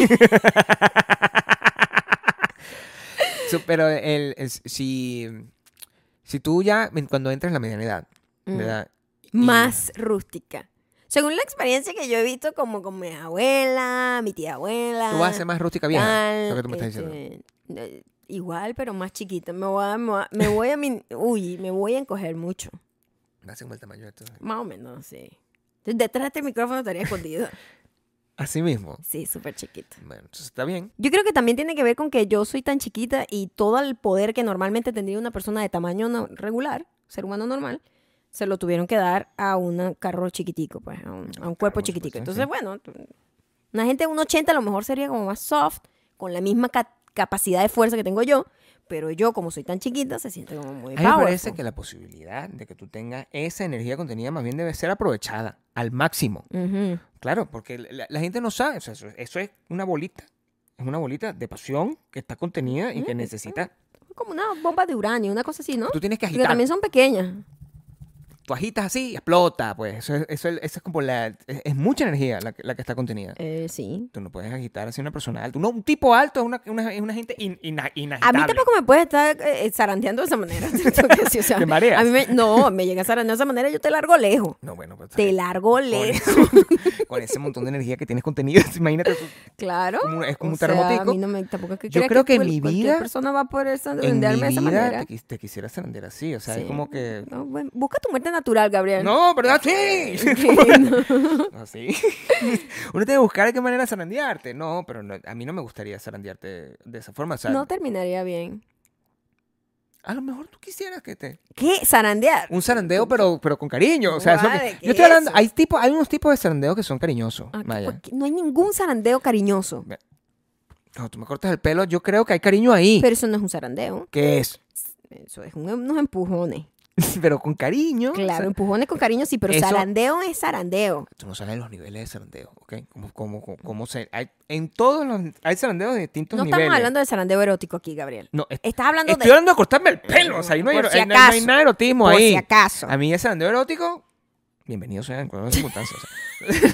So, pero el, el- si, si tú ya, cuando entras en la mediana edad, Mm. ¿verdad? Y- Más rústica. Según la experiencia que yo he visto como con mi abuela, mi tía abuela. Tú vas a ser más rústica vieja, tal, lo que tú me estás diciendo. este, eh, igual, pero más chiquita. Me voy a, me voy a, me voy a min- uy, me voy a encoger mucho. Va a ser como el tamaño de esto. Más o menos, sí. Detrás de este micrófono estaría escondido. Así mismo. Sí, súper chiquito. Bueno, entonces está bien. Yo creo que también tiene que ver con que yo soy tan chiquita y todo el poder que normalmente tendría una persona de tamaño no- regular, ser humano normal, se lo tuvieron que dar a un carro chiquitico, pues, a un, a un cuerpo por chiquitico. supuesto, Entonces, sí. bueno, t- una gente de un ochenta a lo mejor sería como más soft, con la misma ca- capacidad de fuerza que tengo yo, pero yo, como soy tan chiquita, se siente como muy A mí me powerful. parece que la posibilidad de que tú tengas esa energía contenida más bien debe ser aprovechada al máximo. Ujú. Claro, porque la, la gente no sabe. O sea, eso, eso es una bolita. Es una bolita de pasión que está contenida y que Mm, necesita... Como una bomba de uranio, una cosa así, ¿no? Tú tienes que Porque agitar. también son pequeñas. Tú agitas así y explota. Pues eso es, eso es, eso es como la... Es, es mucha energía la, que- la que está contenida. Eh, sí. Tú no puedes agitar así a una persona alta. No, un tipo alto es una, una, es una gente in, ina- A inagitable. mí tampoco me puedes estar eh, zarandeando de esa manera. Porque sí, o sea, ¿Te mareas? A mí me- no, me llega a zarandear de esa manera, yo te largo lejos. No, bueno, pues... Te largo con, lejos. ese, con ese montón de energía que tienes contenida. Imagínate tú. Claro. Como un- es como O un sea, terremotico. a mí no me, tampoco es que Yo crea creo que en cual- mi cualquier vida- persona va a poder En mi zarandearme de esa vida manera. te, quis- te quisiera zarandear así. O sea, Sí. es como que... No, bueno, busca tu muerte natural, Gabriel. No, pero así. Sí, no. Así. Uno tiene que buscar de qué manera zarandearte. No, pero no, a mí no me gustaría zarandearte de esa forma. O sea, No terminaría bien. a lo mejor tú quisieras que te... ¿Qué? ¿Zarandear? Un zarandeo, pero, pero con cariño. O sea, eso Vale, que- ¿qué yo estoy hablando... es eso? Hay, tipo, hay unos tipos de zarandeo que son cariñosos. Ah, Vaya. porque no hay ningún zarandeo cariñoso. Cuando tú me cortas el pelo, yo creo que hay cariño ahí. Pero eso no es un zarandeo. ¿Qué es? Eso es un- unos empujones. Pero con cariño. Claro, o sea, empujones con cariño sí, pero eso- zarandeo es zarandeo. tú no sabes los niveles de zarandeo, ¿ok? Como, como, como, como se... Hay, en todos los... Hay zarandeos de distintos No niveles. estamos hablando de zarandeo erótico aquí, Gabriel. No, es- Estás hablando estoy de... hablando de cortarme el pelo. O sea, ahí no hay, Por si ahí no hay- no hay acaso. nada de erotismo Por ahí. si acaso. A mí ese zarandeo erótico... Bienvenido sea en cualquier circunstancia. o sea.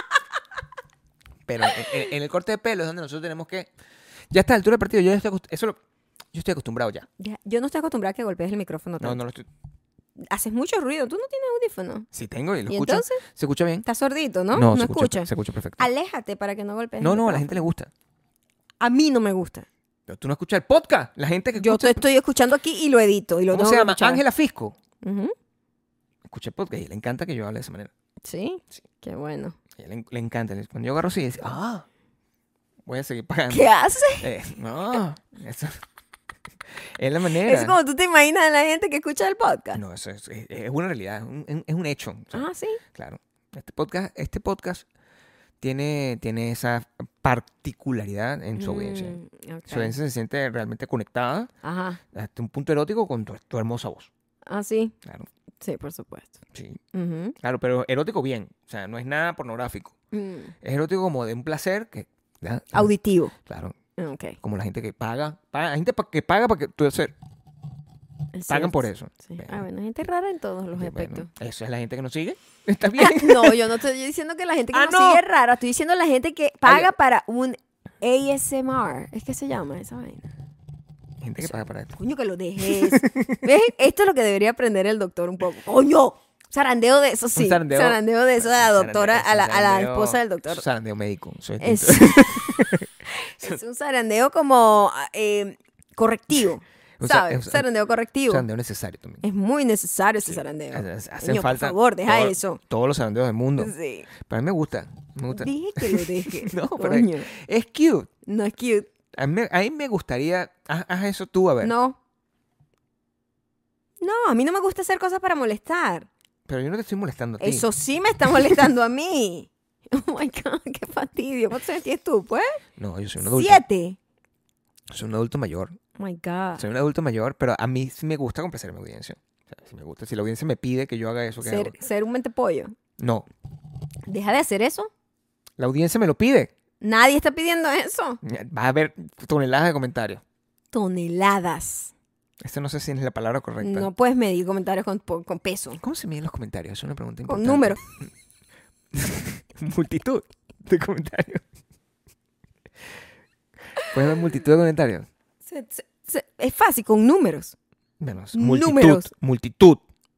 Pero en, en- en el corte de pelo es donde nosotros tenemos que... Ya a esta altura del partido, yo ya estoy, acost- eso lo- yo estoy acostumbrado ya. Ya, yo no estoy acostumbrada a que golpees el micrófono No, tanto. no lo estoy... Haces mucho ruido. Tú no tienes audífono. Sí tengo y lo ¿Y escucho. entonces? ¿Se escucha bien? Estás sordito, ¿no? No, No, se escucha, escuchas. se escucha perfecto. Aléjate para que no golpees No, el no, a la micrófono. gente le gusta. A mí no me gusta. Pero tú no escuchas el podcast. La gente que Yo escucha... te estoy escuchando aquí y lo edito. Y lo ¿Cómo tengo se que llama? escuchar. Ángela Fisco. Ujú. Escucha el podcast y le encanta que yo hable de esa manera. ¿Sí? Sí. Qué bueno. A ella le, le encanta. Cuando yo agarro así, dice, ah, voy a seguir pagando. ¿Qué haces? Eh, no, eso es la manera. Es como tú te imaginas a la gente que escucha el podcast. No, eso es, es- es una realidad, es un, es un hecho. o sea, Ah, sí. Claro. Este podcast, este podcast tiene, tiene esa particularidad en su audiencia. Mm, ok. Su audiencia se siente realmente conectada Ajá. hasta un punto erótico con tu, tu hermosa voz. Ah, sí. Claro, Sí, por supuesto. sí. Ujú. Claro, pero erótico bien. O sea, no es nada pornográfico. Mm. Es erótico como de un placer que... ¿ya? Auditivo. Claro, Ok. como la gente que paga. paga hay gente pa- que paga para que tú hacer. Es Pagan cierto. por eso. Sí. Bueno. Ah, bueno, gente rara en todos los Sí, aspectos. bueno, eso es la gente que nos sigue. Está bien. No, yo no estoy diciendo que la gente que Ah, nos no. sigue es rara. Estoy diciendo la gente que paga Ay, para un A S M R. ¿Es que se llama esa vaina? Gente que paga para esto. Coño, que lo dejes. ¿Ves? Esto es lo que debería aprender el doctor un poco. ¡Coño! Zarandeo de eso, sí. zarandeo- Zarandeo de eso a la Zarandeo- doctora, es un a la, a la zarandeo- esposa del doctor. es un zarandeo médico. Eso es Es, distinto. es un zarandeo como eh, correctivo. Un za- ¿Sabes? es un- zarandeo Un correctivo. zarandeo necesario también. Es muy necesario ese Sí. zarandeo. Hace- Hacen Coño, falta. por favor, deja todo- eso. Todos los zarandeos del mundo. Sí. Pero a mí me gusta. Me gusta. Dije que lo deje. No, pero Coño. es cute. No es cute. A mí, me- a mí me gustaría. Haz, haz eso tú, a ver. No. No, a mí no me gusta hacer cosas para molestar. Pero yo no te estoy molestando a ti. Eso sí me está molestando a mí. Oh my God, qué fastidio. ¿Cuántos años tienes tú, pues? No, yo soy un adulto. Siete. Soy un adulto mayor. Oh my God. Soy un adulto mayor, pero a mí sí me gusta complacer a mi audiencia. O sea, si me gusta, si la audiencia me pide que yo haga eso, que Ser, hago. ser un mentepollo. No, Deja de hacer eso. la audiencia me lo pide. Nadie está pidiendo eso. Va a haber toneladas de comentarios. Toneladas. Esta no sé si es la palabra correcta. No puedes medir comentarios con, po- con peso. ¿Cómo se miden los comentarios? Es una pregunta Con importante. números. Multitud de comentarios. ¿Puedes ver multitud de comentarios? Se- se- se- es fácil, con números. Bueno, es multitud. Números. Multitud.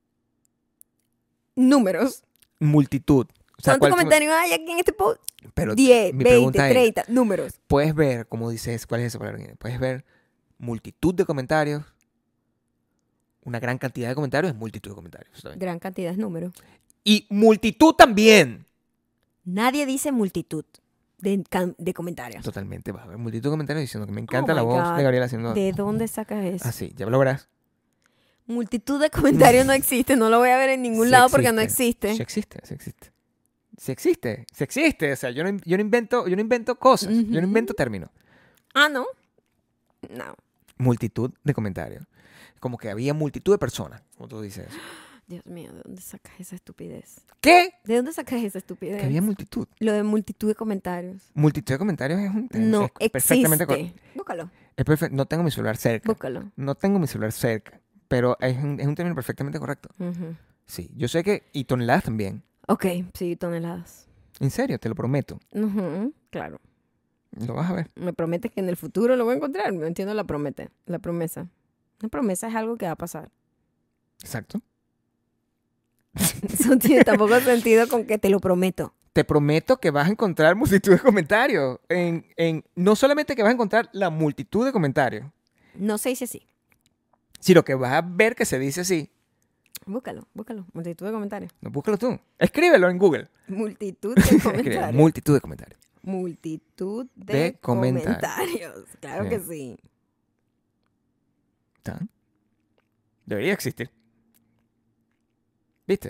Números. Multitud. O sea, ¿Cuántos ¿cuál- comentarios hay aquí en este post? Pero diez, mi veinte, pregunta es, treinta. Números. puedes ver, como dices, ¿cuál es esa palabra? Puedes ver multitud de comentarios. Una gran cantidad de comentarios es multitud de comentarios. ¿está bien? Gran cantidad de números. Y multitud también. Nadie dice multitud de, can- de comentarios. Totalmente. Vas a ver multitud de comentarios diciendo que me encanta Oh la my voz God. de Gabriela haciendo ¿De dónde sacas eso? así. Ya lo verás. Multitud de comentarios no existe. No lo voy a ver en ningún Sí lado porque no existe. Sí existe, sí existe. Sí existe, sí existe. O sea, yo no, yo no invento, yo no invento cosas. Yo no Ujú. invento términos. Ah, ¿no? No. Multitud de comentarios. Como que había multitud de personas, como tú dices. Dios mío, ¿de dónde sacas esa estupidez? ¿Qué? ¿De dónde sacas esa estupidez? Que había multitud. Lo de multitud de comentarios. Multitud de comentarios es un No es perfectamente cor- existe. Búscalo, es perfe- No tengo mi celular cerca. búscalo. No tengo mi celular cerca. Pero es un, es un término perfectamente correcto. Ujú. Sí, yo sé que... Y toneladas también. Ok, sí, toneladas. En serio, te lo prometo. Ujú, claro. Lo vas a ver. Me prometes que en el futuro lo voy a encontrar. No entiendo la promete, la promesa. Una promesa es algo que va a pasar. Exacto. Eso no tiene tampoco sentido con que te lo prometo. Te prometo que vas a encontrar multitud de comentarios. En, en, no solamente que vas a encontrar la multitud de comentarios, No se dice así. sino que vas a ver que se dice así. Búscalo, búscalo. Multitud de comentarios. No, búscalo tú. Escríbelo en Google. Multitud de Escribe, comentarios. multitud de comentarios. Multitud de, De comentarios. comentarios. Claro Sí. que sí. ¿Está? Debería existir. ¿Viste?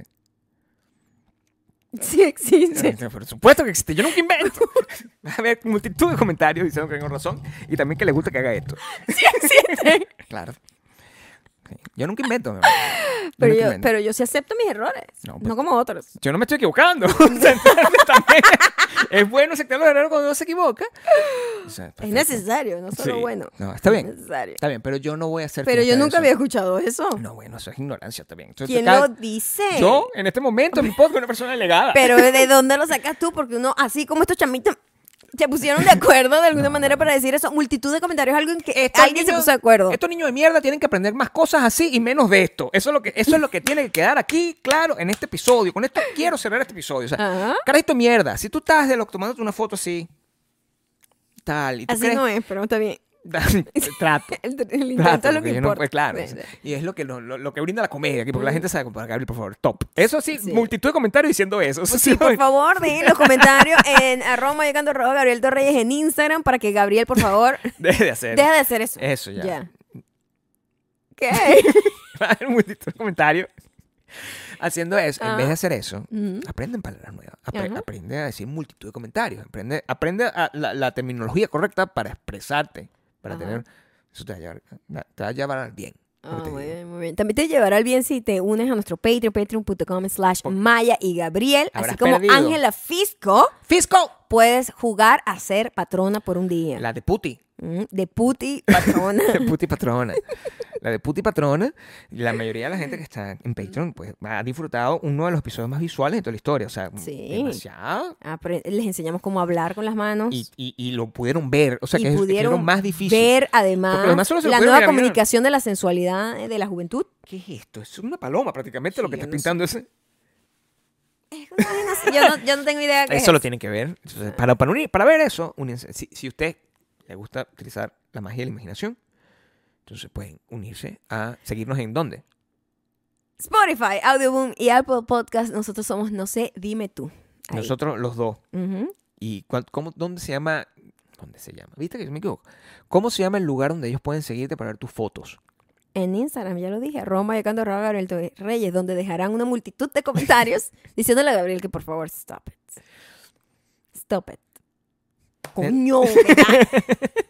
Sí existe. Por supuesto que existe. Yo nunca invento. A ver, multitud de comentarios diciendo que tengo razón y también que les gusta que haga esto. Sí existe. Claro. Sí. Yo nunca invento. mi amor. Yo Pero nunca yo, invento. pero yo sí acepto mis errores. No, No, pues- como otros. Yo no me estoy equivocando. O sea, también es bueno aceptar los errores cuando uno se equivoca. O sea, Es perfecto. necesario, no solo Sí. bueno. No, está bien. Es necesario. Está bien, pero yo no voy a hacer Pero yo fiesta de nunca eso. había escuchado eso. No, bueno, eso es ignorancia también. Entonces, ¿Quién cada- lo dice? Yo, en este momento, en mi podcast, una persona delegada. Pero ¿de dónde lo sacas tú? Porque uno, así como estos chamitos se pusieron de acuerdo de alguna No, manera no. para decir eso. Multitud de comentarios, algo en que Estos alguien se niños- puso de acuerdo. Estos niños de mierda tienen que aprender más cosas así y menos de esto. Eso es lo que, eso es lo que tiene que quedar aquí, claro, en este episodio. Con esto quiero cerrar este episodio. O sea, Ajá. carajito de mierda. Si tú estás de lo, tomándote una foto así, tal, y tú Así crees... no es, pero está bien. Trato. El, el intento Trato, es lo porque que yo no- importa. pues, claro. Sí, sí. Y es lo que, lo, lo- lo que brinda la comedia aquí, porque la gente sabe comparar. Gabriel, por favor, top. Eso sí, Sí. multitud de comentarios diciendo eso. Eso Sí, sí, por favor, dejen los comentarios en arroba mayocando arroba Gabriel Torreyes en Instagram para que Gabriel, por favor, deje de hacer. deje de hacer eso. Eso ya. Ya. ¿Qué? Va a haber multitud de comentarios haciendo eso. En Ah. vez de hacer eso, Ujú. aprende palabras nuevas. Apre- Ajá. aprende a decir multitud de comentarios. Aprende, aprende a- la, la terminología correcta para expresarte. Para Ajá. tener. Eso te va a llevar, te va a llevar al bien. Ah, lo que te muy digo. bien, muy bien. También te llevará al bien si te unes a nuestro Patreon, patreon.com slash Maya y Gabriel. Habrás Así como perdido. Ángela Fisco, ¡Fisco! puedes jugar a ser patrona por un día. La de puti. Mm, De puti patrona. De puti patrona. La de puti patrona. La mayoría de la gente que está en Patreon pues ha disfrutado uno de los episodios más visuales de toda la historia. O sea, Sí. demasiado. Apre- Les enseñamos cómo hablar con las manos. Y, y, y lo pudieron ver. O sea, y que es, que es pudieron lo más difícil. ver además Porque lo demás solo se lo la pudieron nueva ver a mí, ¿no? comunicación de la sensualidad eh, de la juventud. ¿Qué es esto? Es una paloma prácticamente lo Sí, que yo estás no sé. pintando. Ese. yo, no, yo no tengo idea de qué Eso lo es. tienen que ver. Entonces, para, para, unir, para ver eso, únense. Si, si usted le gusta utilizar la magia de la imaginación, entonces pueden unirse a seguirnos en dónde. Spotify, Audioboom y Apple Podcast. Nosotros somos No sé, dime tú. Ahí. Nosotros los dos. Ujú. ¿Y cuál- cómo, dónde se llama? ¿Dónde se llama? ¿Viste que yo me equivoco? ¿Cómo se llama el lugar donde ellos pueden seguirte para ver tus fotos? En Instagram, ya lo dije, Roma Yacando arroba Gabriel Torreyes Reyes, donde dejarán una multitud de comentarios diciéndole a Gabriel que por favor stop it. Stop it. Coño, ¿verdad?